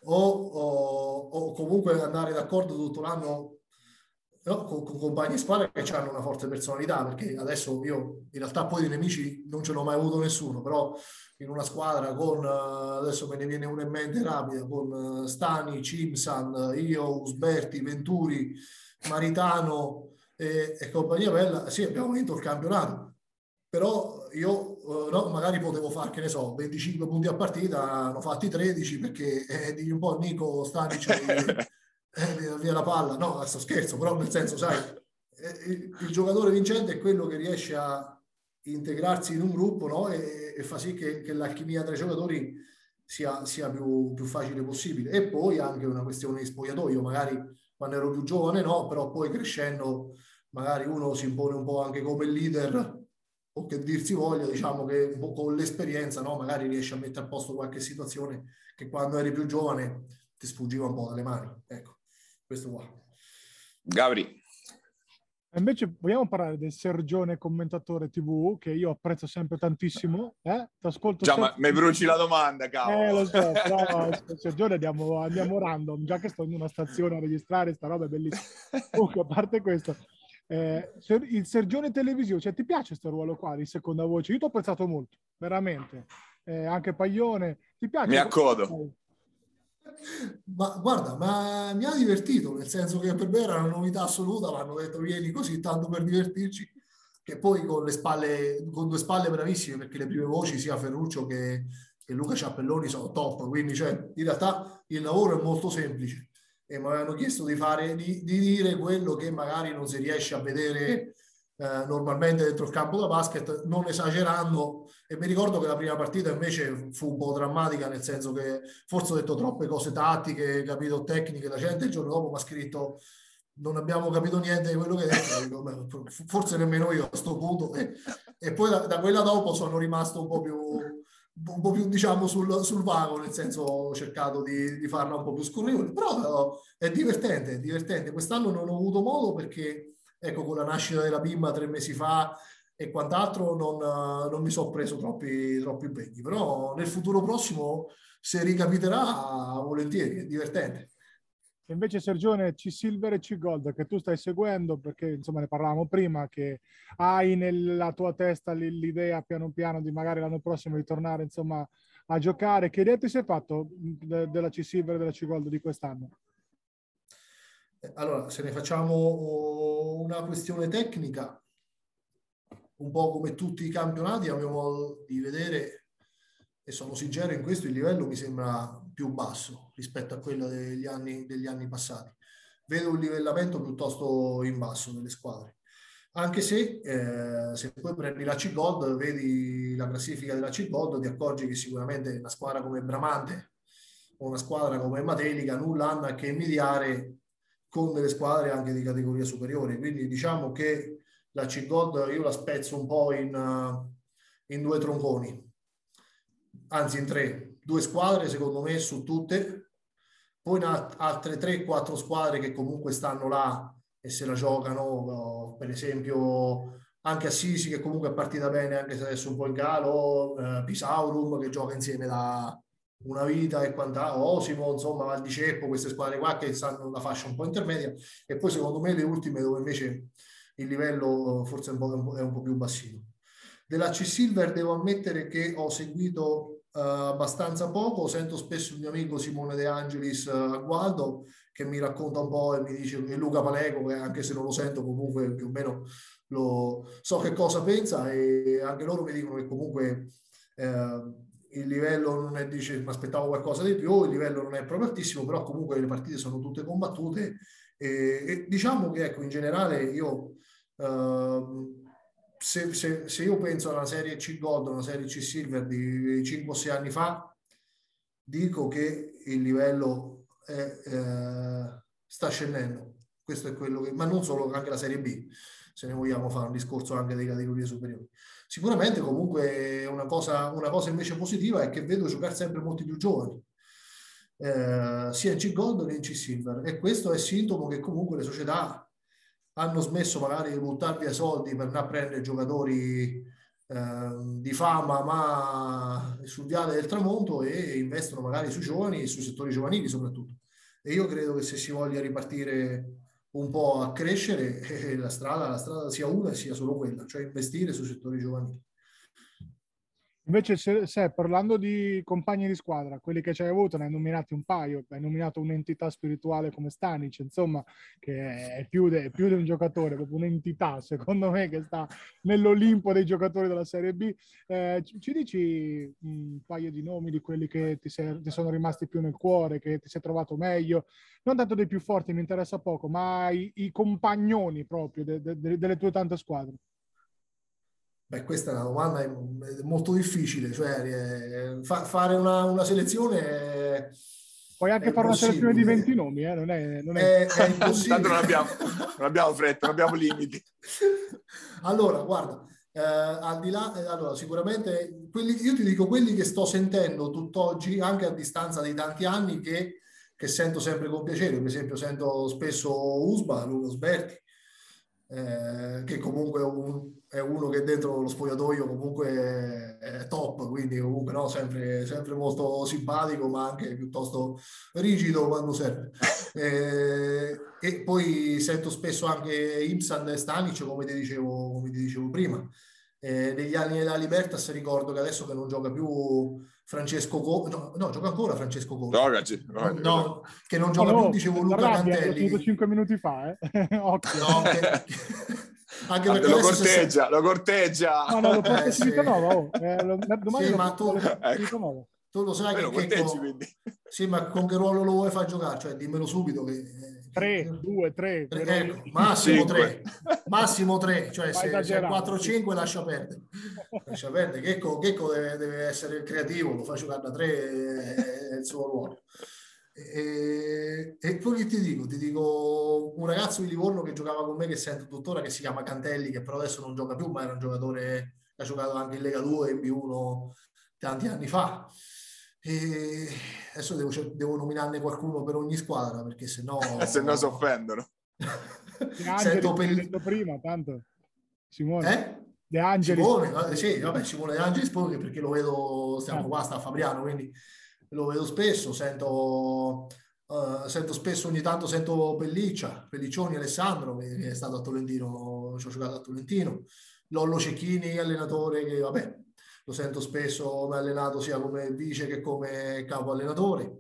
S4: o comunque andare d'accordo tutto l'anno, no? con compagni di squadra che hanno una forte personalità, perché adesso io in realtà poi di nemici non ce l'ho mai avuto nessuno, però in una squadra con, adesso me ne viene una in mente rapida, con Stani, Cimsan, io, Usberti, Venturi, Maritano e compagnia bella, sì, abbiamo vinto il campionato, però io no, magari potevo fare, che ne so, 25 punti a partita, hanno fatti 13 perché digli un po' Nico Stanic via la palla, no, adesso scherzo, però nel senso, sai, il giocatore vincente è quello che riesce a integrarsi in un gruppo, no? E fa sì che l'alchimia tra i giocatori sia più facile possibile. E poi anche una questione di spogliatoio, magari quando ero più giovane no, però poi crescendo magari uno si impone un po' anche come leader, o che dir si voglia, diciamo che un po' con l'esperienza, no, magari riesci a mettere a posto qualche situazione che quando eri più giovane ti sfuggiva un po' dalle mani. Ecco, questo qua.
S2: Gabri.
S3: Invece vogliamo parlare del Sergione commentatore TV, che io apprezzo sempre tantissimo. Ti ascolto
S2: già,
S3: sempre.
S2: ma mi bruci la domanda, cavolo.
S3: Lo so, però Sergione andiamo random, già che sto in una stazione a registrare, sta roba è bellissima. Comunque, a parte questo, il Sergione televisivo, cioè ti piace questo ruolo qua di seconda voce? Io ti ho apprezzato molto, veramente. Anche Paglione, ti piace?
S2: Mi accodo.
S4: Ma guarda, ma mi ha divertito, nel senso che per me era una novità assoluta, mi hanno detto vieni così tanto per divertirci, che poi con due spalle bravissime, perché le prime voci sia Ferruccio che Luca Ciappelloni sono top, quindi cioè, in realtà il lavoro è molto semplice e mi avevano chiesto di dire quello che magari non si riesce a vedere normalmente dentro il campo da basket, non esagerando. E mi ricordo che la prima partita invece fu un po' drammatica, nel senso che forse ho detto troppe cose tattiche, capito, tecniche. La gente il giorno dopo mi ha scritto non abbiamo capito niente di quello che hai detto, forse nemmeno io a questo punto, e poi da quella dopo sono rimasto un po' più diciamo sul vago, nel senso ho cercato di farla un po' più scorrevole, però è divertente. Quest'anno non ho avuto modo perché ecco, con la nascita della bimba 3 mesi fa e quant'altro non mi sono preso troppi impegni, però nel futuro prossimo, se ricapiterà, volentieri, è divertente.
S3: E invece Sergione, C-Silver e C-Gold, che tu stai seguendo, perché insomma ne parlavamo prima, che hai nella tua testa l'idea piano piano di magari l'anno prossimo ritornare insomma a giocare. Che idea ti sei fatto della C-Silver e della C-Gold di quest'anno?
S4: Allora, se ne facciamo una questione tecnica, un po' come tutti i campionati, a mio modo di vedere, e sono sincero in questo, il livello mi sembra più basso rispetto a quello degli anni passati. Vedo un livellamento piuttosto in basso delle squadre. Anche se poi prendi la C-Gold, vedi la classifica della C-Gold, ti accorgi che sicuramente una squadra come Bramante o una squadra come Matelica nulla hanno a che invidiare con delle squadre anche di categoria superiore. Quindi diciamo che la C-Gold io la spezzo un po' in due tronconi, anzi in tre. 2 squadre secondo me su tutte, poi altre 3-4 squadre che comunque stanno là e se la giocano, per esempio anche Assisi che comunque è partita bene anche se adesso è un po' in calo, Pisaurum che gioca insieme da una vita e quant'altro, Osimo, insomma Val di Ceppo, queste squadre qua che stanno la fascia un po' intermedia, e poi secondo me le ultime dove invece il livello forse è un po' più bassino. Della C-Silver devo ammettere che ho seguito abbastanza poco, sento spesso il mio amico Simone De Angelis a Gualdo che mi racconta un po' e mi dice, e Luca Paleco che anche se non lo sento comunque più o meno so che cosa pensa, e anche loro mi dicono che comunque il livello non è, dice, mi aspettavo qualcosa di più, il livello non è proprio altissimo, però comunque le partite sono tutte combattute e diciamo che ecco in generale io se io penso a una serie C Gold, una serie C Silver di 5-6 anni fa, dico che il livello sta scendendo. Questo è quello che, ma non solo, anche la serie B, se ne vogliamo fare un discorso anche delle categorie superiori. Sicuramente comunque una cosa invece positiva è che vedo giocare sempre molti più giovani, sia in C Gold che in C Silver, e questo è sintomo che comunque le società hanno smesso magari di buttar via soldi per andare a prendere giocatori di fama ma sul viale del tramonto e investono magari sui giovani e sui settori giovanili soprattutto. E io credo che se si voglia ripartire un po' a crescere, la strada sia una e sia solo quella, cioè investire sui settori giovanili.
S3: Invece se parlando di compagni di squadra, quelli che ci hai avuto, ne hai nominati un paio, hai nominato un'entità spirituale come Stanic, insomma, che è più di un giocatore, proprio un'entità, secondo me, che sta nell'Olimpo dei giocatori della Serie B. Ci dici un paio di nomi di quelli che ti sono rimasti più nel cuore, che ti sei trovato meglio? Non tanto dei più forti, mi interessa poco, ma i compagnoni proprio delle tue tante squadre.
S4: Beh, questa è una domanda molto difficile, cioè fare una selezione
S3: Puoi anche fare una selezione di 20 nomi, non è
S4: impossibile.
S2: Tanto non abbiamo fretta, non abbiamo limiti.
S4: Allora, guarda, al di là, allora, sicuramente io ti dico quelli che sto sentendo tutt'oggi, anche a distanza di tanti anni, che sento sempre con piacere. Per esempio, sento spesso Luca Sberti, che comunque è uno che dentro lo spogliatoio comunque è top, quindi comunque no, sempre molto simpatico, ma anche piuttosto rigido quando serve. E poi sento spesso anche Imsan e Stanic, come ti dicevo prima. Negli anni della Libertas ricordo che adesso che non gioca più Francesco no, gioca ancora Francesco Conte. No, che non gioca più, dicevo Luca Cantelli.
S3: L'ho 5 minuti fa, Occhio.
S4: No, anche perché
S2: lo corteggia.
S3: No, lo porto subito nuovo. Domani
S4: sì,
S3: lo
S4: ma
S3: nuovo.
S4: Tu lo sai che sì, ma con che ruolo lo vuoi far giocare? Cioè, dimmelo subito che
S3: 3, 2, 3,
S4: ecco, massimo 3, cioè se 4-5 lascia perdere. Checco deve essere il creativo, lo fa giocare da 3, è il suo ruolo. E poi ti dico un ragazzo di Livorno che giocava con me, che sento tuttora, che si chiama Cantelli, che però adesso non gioca più, ma era un giocatore che ha giocato anche in Lega 2 e B1 tanti anni fa. E adesso devo nominarne qualcuno per ogni squadra, perché se no
S2: si offendono.
S3: Sento detto prima, tanto Simone De Angeli,
S4: sì, vabbè, Simone De Angelis perché lo vedo, stiamo qua, sta a Fabriano, quindi lo vedo spesso, sento spesso, ogni tanto sento Pelliccioni Alessandro, che è stato a Tolentino, ci ho giocato a Tolentino, Lollo Cecchini, allenatore, che vabbè, lo sento spesso, mi ha allenato sia come vice che come capo allenatore.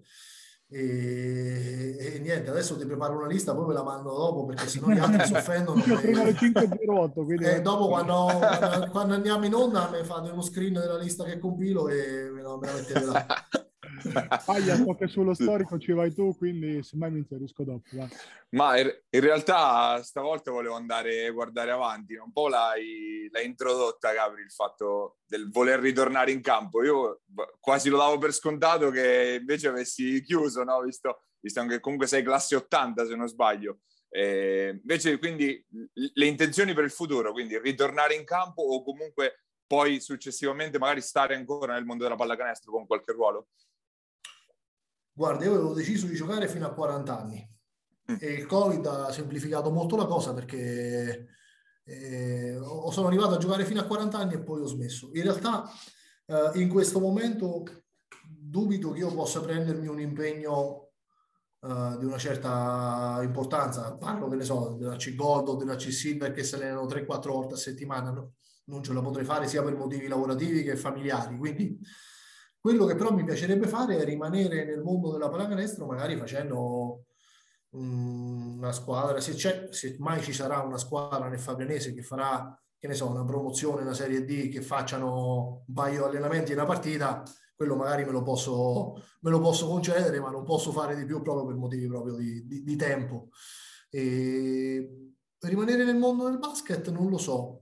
S4: E niente, adesso ti preparo una lista, poi me la mando dopo, perché sennò gli altri si offendono.
S3: Prima le 5:08, quindi
S4: dopo quando andiamo in onda mi fate uno screen della lista che compilo e me la mettete là.
S3: Paglia, so che sullo storico ci vai tu, quindi semmai mi inserisco dopo. Va.
S2: Ma in realtà stavolta volevo andare a guardare avanti, un po' l'hai introdotta, Gabri, il fatto del voler ritornare in campo. Io quasi lo davo per scontato che invece avessi chiuso, no? Visto che comunque sei classe 80 se non sbaglio. Invece quindi le intenzioni per il futuro, quindi ritornare in campo o comunque poi successivamente magari stare ancora nel mondo della pallacanestro con qualche ruolo?
S4: Guarda, io avevo deciso di giocare fino a 40 anni e il Covid ha semplificato molto la cosa, perché sono arrivato a giocare fino a 40 anni e poi ho smesso. In realtà in questo momento dubito che io possa prendermi un impegno di una certa importanza. Parlo, che ne so, della C Gold o della C Silver, che si allenano 3-4 volte a settimana, no? Non ce la potrei fare sia per motivi lavorativi che familiari, quindi quello che però mi piacerebbe fare è rimanere nel mondo della pallacanestro, magari facendo una squadra, se mai ci sarà una squadra nel Fabrianese che farà, che ne so, una promozione, una Serie D, che facciano un paio di allenamenti e una partita, quello magari me lo posso concedere, ma non posso fare di più proprio per motivi proprio di tempo. E rimanere nel mondo del basket non lo so.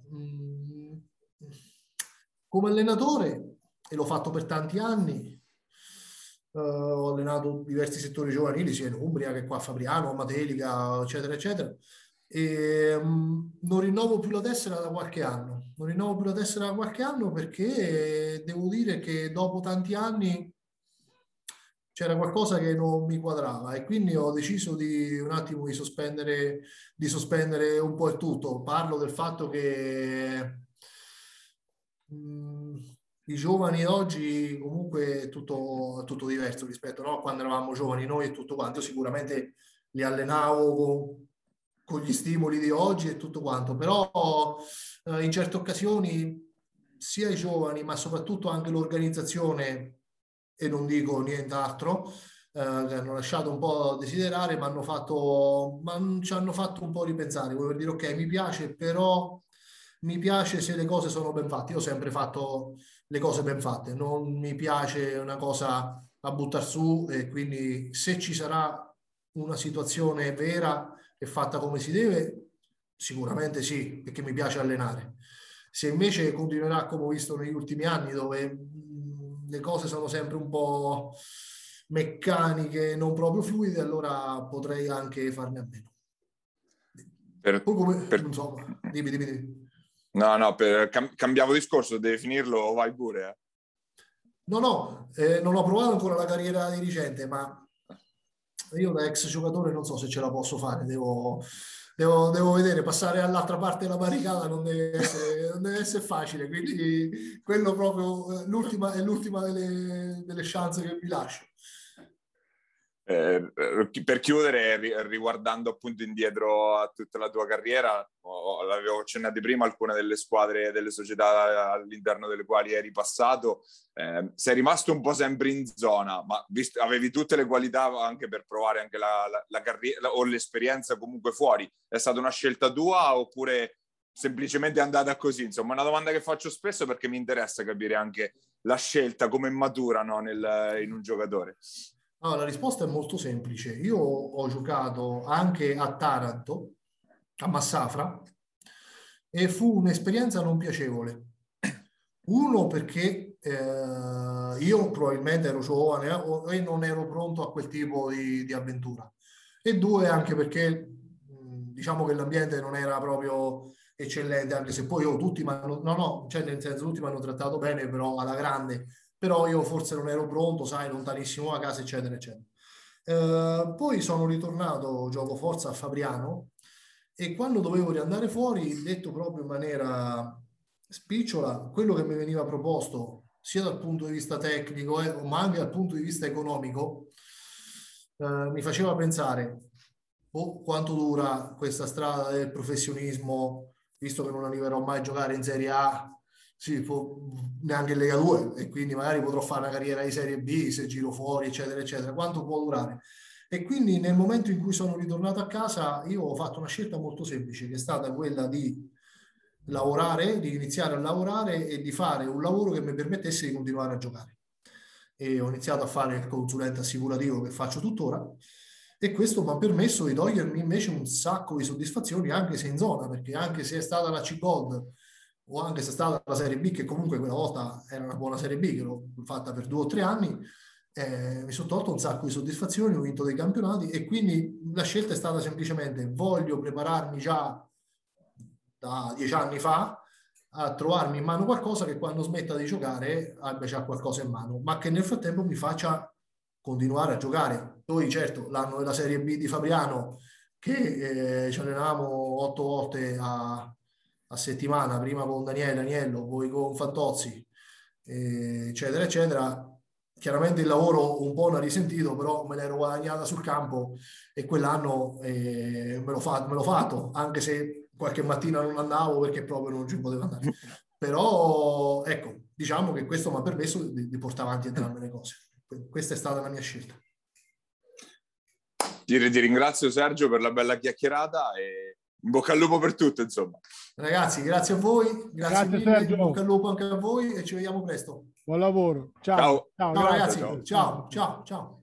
S4: Come allenatore, e l'ho fatto per tanti anni, ho allenato diversi settori giovanili sia in Umbria che qua a Fabriano, a Matelica, eccetera eccetera, e non rinnovo più la tessera da qualche anno. Perché devo dire che dopo tanti anni c'era qualcosa che non mi quadrava e quindi ho deciso di sospendere un po' il tutto. Parlo del fatto che i giovani oggi comunque è tutto diverso rispetto a quando eravamo giovani noi e tutto quanto. Io sicuramente li allenavo con gli stimoli di oggi e tutto quanto, però in certe occasioni sia i giovani ma soprattutto anche l'organizzazione, e non dico nient'altro, che hanno lasciato un po' a desiderare, ma ci hanno fatto un po' ripensare, per dire ok, mi piace, però mi piace se le cose sono ben fatte. Io ho sempre fatto le cose ben fatte, non mi piace una cosa a buttar su, e quindi se ci sarà una situazione vera e fatta come si deve, sicuramente sì, perché mi piace allenare. Se invece continuerà come ho visto negli ultimi anni, dove le cose sono sempre un po' meccaniche non proprio fluide, allora potrei anche farne a meno. Poi non so, dimmi.
S2: No, cambiavo discorso, devi finirlo o vai pure?
S4: No, non ho provato ancora la carriera dirigente, ma io da ex giocatore non so se ce la posso fare, devo vedere, passare all'altra parte della barricata non deve essere facile, quindi quello proprio è l'ultima delle chance che mi lascio.
S2: Per chiudere, riguardando appunto indietro a tutta la tua carriera, l'avevo accennato prima, alcune delle squadre, delle società all'interno delle quali eri passato, sei rimasto un po' sempre in zona, ma avevi tutte le qualità anche per provare anche la carriera o l'esperienza comunque fuori. È stata una scelta tua oppure semplicemente è andata così? Insomma, è una domanda che faccio spesso perché mi interessa capire anche la scelta, come matura, no, in un giocatore.
S4: La risposta è molto semplice. Io ho giocato anche a Taranto, a Massafra, e fu un'esperienza non piacevole. Uno, perché io probabilmente ero giovane e non ero pronto a quel tipo di avventura. E due, anche perché diciamo che l'ambiente non era proprio eccellente, anche se poi tutti cioè nel senso tutti mi hanno trattato bene, però alla grande. Però io forse non ero pronto, sai, lontanissimo da casa, eccetera, eccetera. Poi sono ritornato gioco forza a Fabriano e quando dovevo riandare fuori, detto proprio in maniera spicciola, quello che mi veniva proposto sia dal punto di vista tecnico ma anche dal punto di vista economico mi faceva pensare quanto dura questa strada del professionismo, visto che non arriverò mai a giocare in Serie A, sì, neanche in Lega 2, e quindi magari potrò fare una carriera di Serie B se giro fuori, eccetera, eccetera. Quanto può durare? E quindi nel momento in cui sono ritornato a casa, io ho fatto una scelta molto semplice, che è stata quella di lavorare, di iniziare a lavorare e di fare un lavoro che mi permettesse di continuare a giocare. E ho iniziato a fare il consulente assicurativo che faccio tuttora, e questo mi ha permesso di togliermi invece un sacco di soddisfazioni, anche se in zona, perché anche se è stata la C-Gold o anche se è stata la Serie B, che comunque quella volta era una buona Serie B, che l'ho fatta per 2 o 3 anni, mi sono tolto un sacco di soddisfazioni, ho vinto dei campionati, e quindi la scelta è stata semplicemente: voglio prepararmi già da 10 anni fa a trovarmi in mano qualcosa che quando smetta di giocare abbia già qualcosa in mano, ma che nel frattempo mi faccia continuare a giocare. Poi certo, l'anno della Serie B di Fabriano, che ci allenavamo 8 volte a settimana, prima con Daniele Agnello, poi con Fantozzi, eccetera, eccetera. Chiaramente il lavoro un po' l'ha risentito, però me l'ero guadagnata sul campo, e quell'anno me l'ho fatto, anche se qualche mattina non andavo perché proprio non ci potevo andare. Però ecco, diciamo che questo mi ha permesso di portare avanti entrambe le cose. Questa è stata la mia scelta.
S2: Ti ringrazio Sergio per la bella chiacchierata e in bocca al lupo per tutto, insomma.
S4: Ragazzi, grazie a voi, grazie mille,
S3: Sergio.
S4: in bocca al lupo anche a voi e ci vediamo presto.
S3: Buon lavoro. Ciao.
S4: Ciao ragazzi, ciao.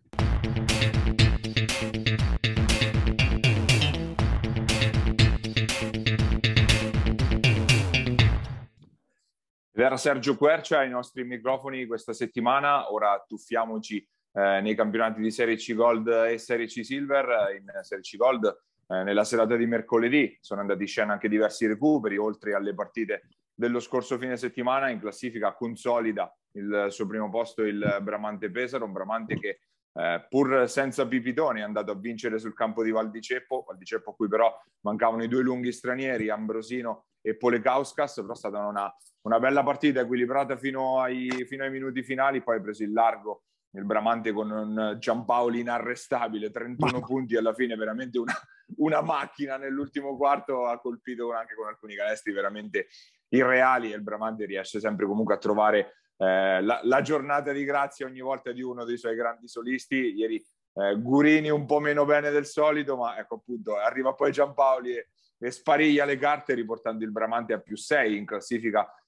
S2: Ed era Sergio Quercia ai nostri microfoni questa settimana. Ora tuffiamoci nei campionati di Serie C Gold e Serie C Silver. In Serie C Gold nella serata di mercoledì sono andati in scena anche diversi recuperi, oltre alle partite dello scorso fine settimana. In classifica consolida il suo primo posto il Bramante Pesaro, un Bramante che pur senza Pipitone è andato a vincere sul campo di Val di Ceppo a cui però mancavano i 2 lunghi stranieri, Ambrosino e Polekauskas, però è stata una bella partita equilibrata fino ai minuti finali. Poi ha preso il largo il Bramante con un Giampaoli inarrestabile, 31 punti alla fine, veramente una macchina nell'ultimo quarto, ha colpito anche con alcuni canestri veramente irreali, e il Bramante riesce sempre comunque a trovare la giornata di grazia ogni volta di uno dei suoi grandi solisti. Ieri Gurini un po' meno bene del solito, ma ecco appunto arriva poi Giampaoli e spariglia le carte, riportando il Bramante a +6 in classifica.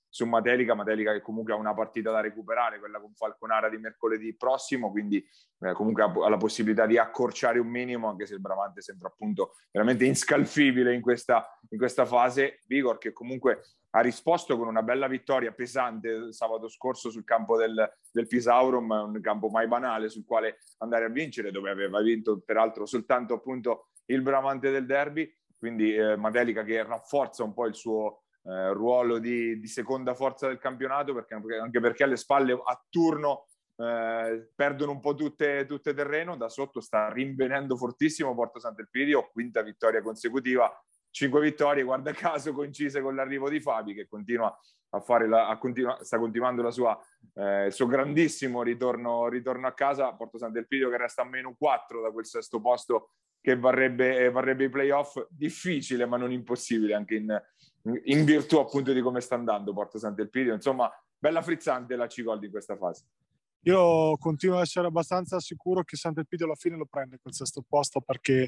S2: su Matelica che comunque ha una partita da recuperare, quella con Falconara di mercoledì prossimo, quindi comunque ha la possibilità di accorciare un minimo, anche se il Bramante sembra appunto veramente inscalfibile in questa fase. Vigor che comunque ha risposto con una bella vittoria pesante sabato scorso sul campo del Pisaurum, un campo mai banale sul quale andare a vincere, dove aveva vinto peraltro soltanto appunto il Bramante del derby, quindi Matelica che rafforza un po' il suo ruolo di seconda forza del campionato, anche perché alle spalle a turno perdono un po' tutte terreno, da sotto sta rinvenendo fortissimo Porto Sant'Elpidio, quinta vittoria consecutiva, 5 vittorie, guarda caso coincise con l'arrivo di Fabi, che continua a fare sta continuando il suo grandissimo ritorno a casa. Porto Sant'Elpidio che resta a -4 da quel sesto posto che varrebbe i playoff, difficile ma non impossibile, anche in virtù appunto di come sta andando Porto Sant'Elpidio. Insomma, bella frizzante la C-Gold in questa fase.
S3: Io continuo ad essere abbastanza sicuro che Sant'Elpidio alla fine lo prende quel sesto posto, perché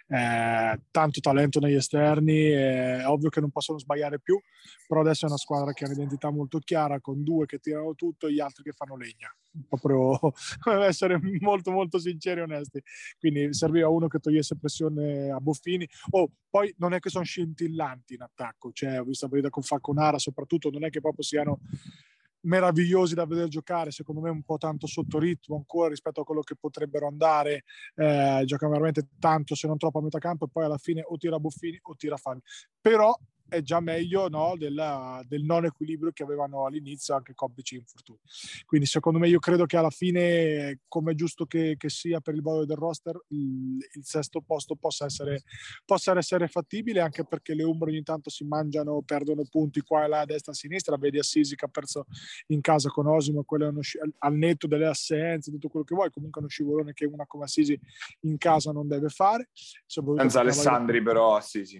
S3: tanto talento negli esterni, è ovvio che non possono sbagliare più, però adesso è una squadra che ha un'identità molto chiara, con 2 che tirano tutto e gli altri che fanno legna, proprio deve essere molto molto sinceri e onesti, quindi serviva uno che togliesse pressione a Boffini. Poi non è che sono scintillanti in attacco, cioè ho visto la partita con Falconara soprattutto, non è che proprio siano meravigliosi da vedere giocare, secondo me un po' tanto sotto ritmo ancora rispetto a quello che potrebbero andare, giocano veramente tanto se non troppo a metà campo e poi alla fine o tira Boffini o tira Fabi, però è già meglio, no, del non equilibrio che avevano all'inizio anche complici infortuni. Quindi secondo me, io credo che alla fine, come è giusto che sia per il valore del roster, il sesto posto possa essere fattibile, anche perché le ombre ogni tanto si mangiano, perdono punti qua e là a destra e a sinistra. Vedi Assisi che ha perso in casa con Osimo, quello è al netto delle assenze, tutto quello che vuoi, comunque è uno scivolone che una come Assisi in casa non deve fare,
S2: senza Alessandri però Assisi.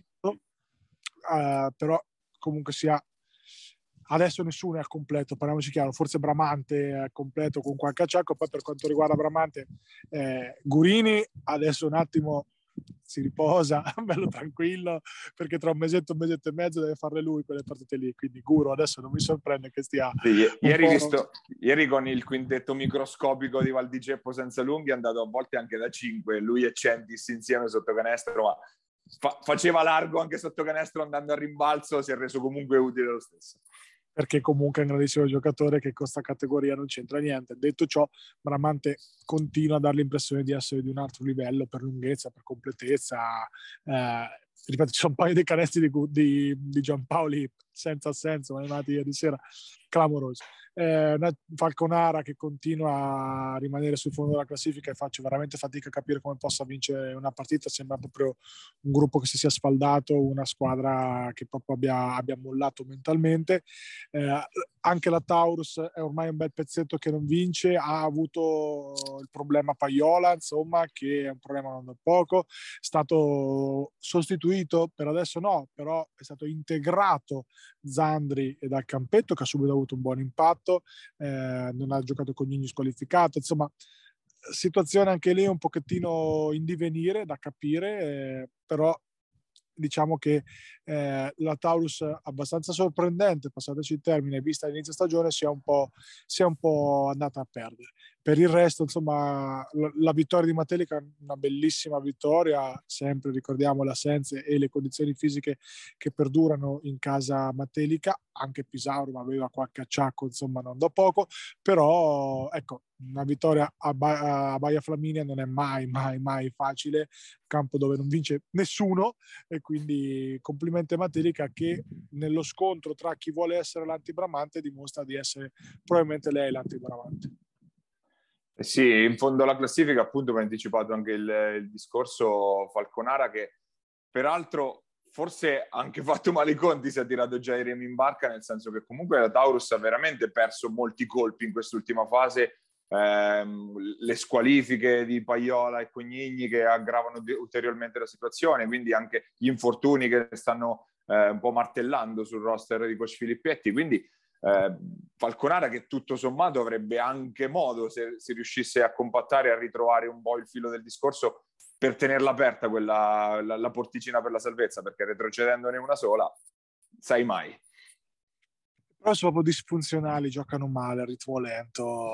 S3: Però comunque sia, adesso nessuno è al completo, parliamoci chiaro, forse Bramante è al completo con qualche acciacco. Poi per quanto riguarda Bramante, Gurini adesso un attimo si riposa, bello tranquillo, perché tra un mesetto e mezzo deve farle lui quelle partite lì, quindi Guro adesso non mi sorprende che stia
S2: ieri con il quintetto microscopico di Valdiceppo senza lunghi è andato a volte anche da 5, lui e Centis insieme sotto canestro, ma faceva largo anche sotto canestro andando a rimbalzo, si è reso comunque utile lo stesso.
S3: Perché comunque è un grandissimo giocatore che con questa categoria non c'entra niente. Detto ciò, Bramante continua a dare l'impressione di essere di un altro livello per lunghezza, per completezza. Ripeto, ci sono un paio di canestri di Giampaoli senza senso, ma arrivati ieri sera, clamorosi. Falconara che continua a rimanere sul fondo della classifica e faccio veramente fatica a capire come possa vincere una partita. Sembra proprio un gruppo che si sia sfaldato, una squadra che proprio abbia mollato mentalmente. Anche la Taurus è ormai un bel pezzetto che non vince, ha avuto il problema Paiola, insomma, che è un problema non da poco, è stato sostituito, per adesso no, però è stato integrato Zandri dal campetto, che ha subito avuto un buon impatto, non ha giocato con Gnigni squalificato, insomma situazione anche lì un pochettino in divenire da capire, però diciamo che la Taurus abbastanza sorprendente, passateci il termine, vista l'inizio stagione, sia un po' andata a perdere. Per il resto, insomma, la vittoria di Matelica è una bellissima vittoria, sempre ricordiamo le assenze e le condizioni fisiche che perdurano in casa Matelica. Anche Pisaurum aveva qualche acciacco, insomma non da poco, però ecco, una vittoria a Baia Flaminia non è mai facile, campo dove non vince nessuno, e quindi complimenti a Matelica, che nello scontro tra chi vuole essere l'antibramante dimostra di essere probabilmente lei l'antibramante.
S2: Sì, in fondo alla classifica, appunto, mi ha anticipato anche il discorso Falconara, che peraltro forse ha anche fatto male i conti, si è tirato già i remi in barca, nel senso che comunque la Taurus ha veramente perso molti colpi in quest'ultima fase, le squalifiche di Paiola e Cognigni che aggravano ulteriormente la situazione, quindi anche gli infortuni che stanno un po' martellando sul roster di coach Filippetti, quindi Falconara che tutto sommato avrebbe anche modo, se si riuscisse a compattare e a ritrovare un po' il filo del discorso, per tenerla aperta la porticina per la salvezza, perché retrocedendone una sola sai mai.
S3: Però sono proprio disfunzionali, giocano male, a ritmo lento,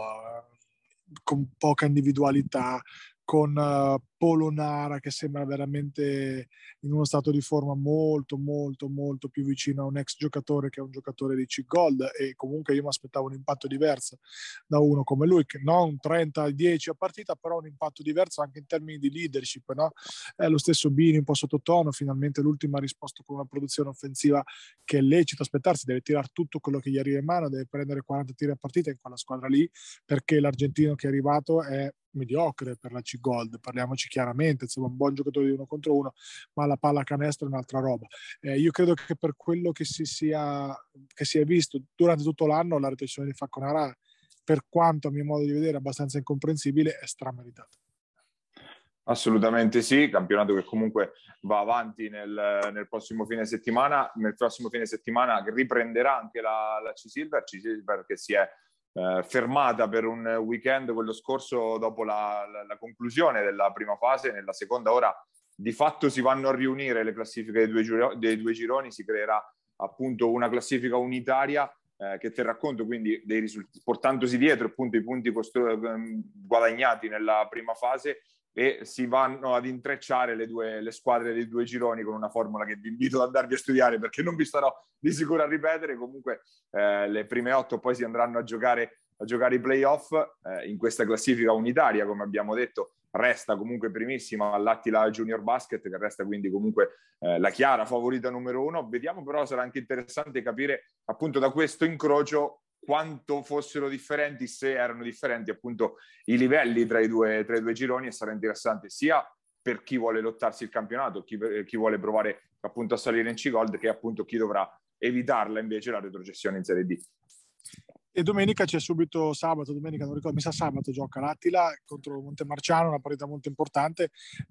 S3: con poca individualità, con Polonara che sembra veramente in uno stato di forma molto molto molto più vicino a un ex giocatore che a un giocatore di C-Gold, e comunque io mi aspettavo un impatto diverso da uno come lui, che non 30-10 a partita, però un impatto diverso anche in termini di leadership, no? Lo stesso Bini un po' sottotono, finalmente l'ultima ha risposto con una produzione offensiva che è lecito aspettarsi, deve tirare tutto quello che gli arriva in mano, deve prendere 40 tiri a partita in quella squadra lì, perché l'argentino che è arrivato è mediocre per la C-Gold, parliamoci chiaramente, insomma un buon giocatore di 1 contro 1, ma la palla canestro è un'altra roba. Io credo che per quello che si è visto durante tutto l'anno, la retrocessione di Falconara, per quanto a mio modo di vedere abbastanza incomprensibile, è strameritata.
S2: Assolutamente sì, campionato che comunque va avanti nel prossimo fine settimana, che riprenderà anche la C-Silver che si è fermata per un weekend quello scorso dopo la conclusione della prima fase. Nella seconda ora di fatto si vanno a riunire le classifiche dei due gironi, si creerà appunto una classifica unitaria che terrà conto quindi dei risultati, portandosi dietro appunto i punti guadagnati nella prima fase, e si vanno ad intrecciare le squadre dei due gironi con una formula che vi invito ad andarvi a studiare, perché non vi starò di sicuro a ripetere. Comunque le prime 8 poi si andranno a giocare i playoff in questa classifica unitaria. Come abbiamo detto, resta comunque primissima l'Attila Junior Basket, che resta quindi comunque la chiara favorita numero 1. Vediamo, però sarà anche interessante capire appunto da questo incrocio quanto fossero differenti, se erano differenti appunto i livelli tra i due gironi, e sarà interessante sia per chi vuole lottarsi il campionato, chi vuole provare appunto a salire in C-Gold, che appunto chi dovrà evitarla invece la retrocessione in Serie D.
S3: E domenica c'è subito, domenica non ricordo, mi sa sabato gioca l'Attila contro Montemarciano, una partita molto importante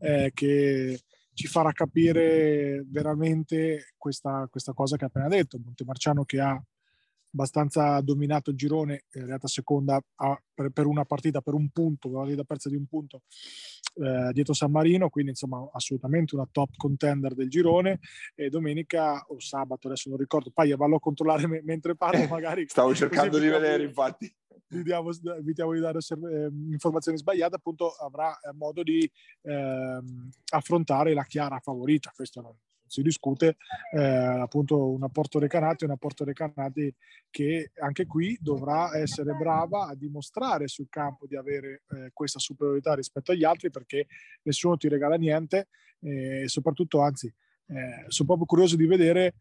S3: che ci farà capire veramente questa cosa che ha appena detto. Montemarciano che ha abbastanza dominato il girone, è arrivata seconda per una partita, per un punto, una partita persa di un punto dietro San Marino, quindi insomma assolutamente una top contender del girone. E domenica o sabato, adesso non ricordo, poi vallo a controllare mentre parlo magari.
S2: Stavo cercando di vedere, infatti.
S3: Evitiamo di dare informazioni sbagliate, appunto avrà modo di affrontare la chiara favorita, questo non si discute, appunto una Porto Recanati che anche qui dovrà essere brava a dimostrare sul campo di avere questa superiorità rispetto agli altri, perché nessuno ti regala niente, e soprattutto, anzi, sono proprio curioso di vedere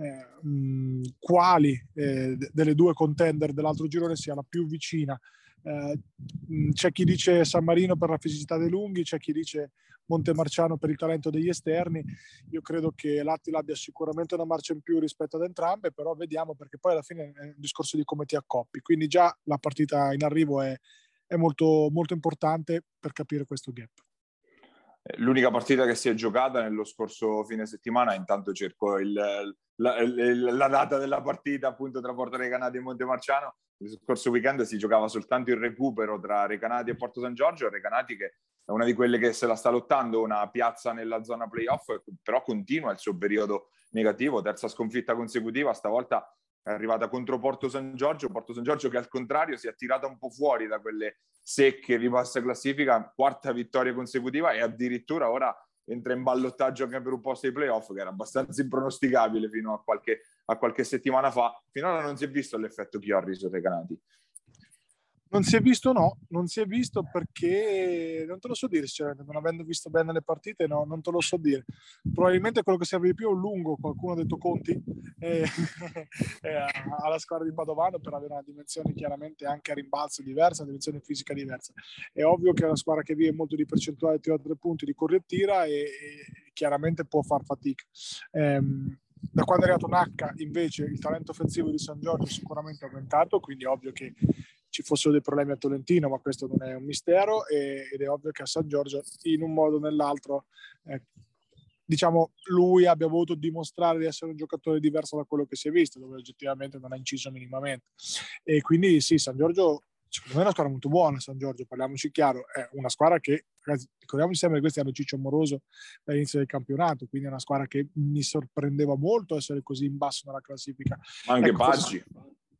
S3: quali delle due contender dell'altro girone sia la più vicina. C'è chi dice San Marino per la fisicità dei lunghi, c'è chi dice Montemarciano per il talento degli esterni. Io credo che l'Attila abbia sicuramente una marcia in più rispetto ad entrambe, però vediamo, perché poi alla fine è un discorso di come ti accoppi, quindi già la partita in arrivo è molto, molto importante per capire questo gap.
S2: L'unica partita che si è giocata nello scorso fine settimana, intanto cerco la data della partita appunto tra Porto Recanati e Montemarciano. Lo scorso weekend si giocava soltanto il recupero tra Recanati e Porto San Giorgio. Recanati, che è una di quelle che se la sta lottando una piazza nella zona playoff, però continua il suo periodo negativo, terza sconfitta consecutiva, stavolta è arrivata contro Porto San Giorgio che al contrario si è tirata un po' fuori da quelle secche di bassa classifica, quarta vittoria consecutiva, e addirittura ora entra in ballottaggio anche per un posto di playoff, che era abbastanza impronosticabile fino a qualche settimana fa. Finora non si è visto l'effetto Chiorri su Recanati.
S3: Non si è visto perché non te lo so dire, non avendo visto bene le partite, no, non te lo so dire. Probabilmente quello che serve di più è un lungo, qualcuno ha detto Conti, alla squadra di Padovano, per avere una dimensione chiaramente anche a rimbalzo diversa, una dimensione fisica diversa. È ovvio che è una squadra che vive molto di percentuale di tiro a 3 punti, di corri e tira, e chiaramente può far fatica. Da quando è arrivato Nacca, invece, il talento offensivo di San Giorgio è sicuramente aumentato, quindi è ovvio che ci fossero dei problemi a Tolentino, ma questo non è un mistero, ed è ovvio che a San Giorgio, in un modo o nell'altro, diciamo, lui abbia voluto dimostrare di essere un giocatore diverso da quello che si è visto, dove oggettivamente non ha inciso minimamente. E quindi sì, San Giorgio, secondo me è una squadra molto buona. San Giorgio, parliamoci chiaro, è una squadra che, ragazzi, ricordiamoci sempre che questi hanno Ciccio Amoroso dall'inizio del campionato, quindi è una squadra che mi sorprendeva molto essere così in basso nella classifica.
S2: Anche Paggi.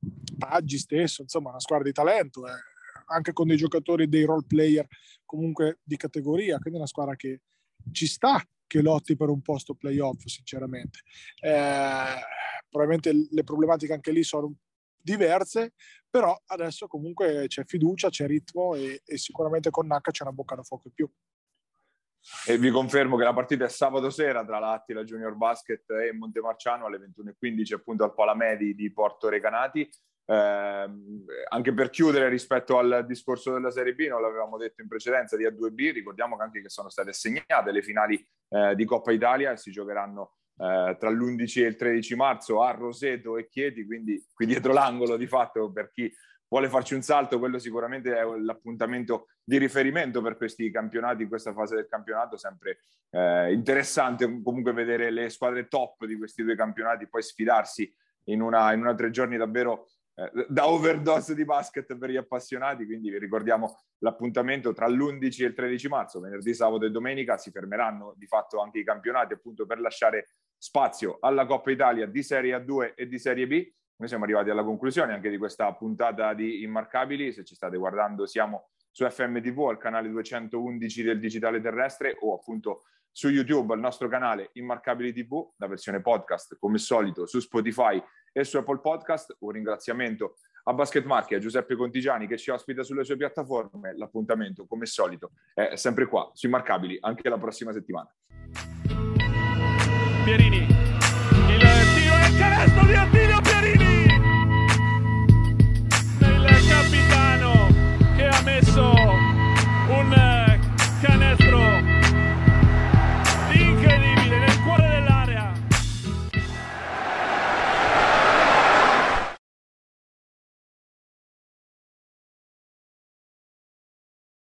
S3: Paggi stesso, insomma una squadra di talento, anche con dei giocatori, dei role player comunque di categoria, quindi una squadra che ci sta, che lotti per un posto playoff sinceramente. Probabilmente le problematiche anche lì sono diverse, però adesso comunque c'è fiducia, c'è ritmo e sicuramente con Nacca c'è una bocca da fuoco in più.
S2: E vi confermo che la partita è sabato sera tra l'Attila Junior Basket e Montemarciano alle 21:15 appunto al Palamedi di Porto Recanati. Anche per chiudere rispetto al discorso della Serie B, non l'avevamo detto in precedenza, di A2B, ricordiamo anche che sono state assegnate le finali di Coppa Italia e si giocheranno tra l'11 e il 13 marzo a Roseto e Chieti, quindi qui dietro l'angolo di fatto per chi vuole farci un salto, quello sicuramente è l'appuntamento di riferimento per questi campionati, in questa fase del campionato, sempre interessante comunque vedere le squadre top di questi due campionati poi sfidarsi in una 3 giorni davvero da overdose di basket per gli appassionati, quindi vi ricordiamo l'appuntamento tra l'11 e il 13 marzo, venerdì, sabato e domenica, si fermeranno di fatto anche i campionati appunto per lasciare spazio alla Coppa Italia di Serie A2 e di Serie B. Noi siamo arrivati alla conclusione anche di questa puntata di Immarcabili. Se ci state guardando siamo su FMTV al canale 211 del digitale terrestre o appunto su YouTube al nostro canale Immarcabili TV, la versione podcast come solito su Spotify e su Apple Podcast. Un ringraziamento a Basket Marche, a Giuseppe Contigiani che ci ospita sulle sue piattaforme. L'appuntamento come solito è sempre qua su Immarcabili anche la prossima settimana.
S1: Pierini, il tiro e il canestro di Attila!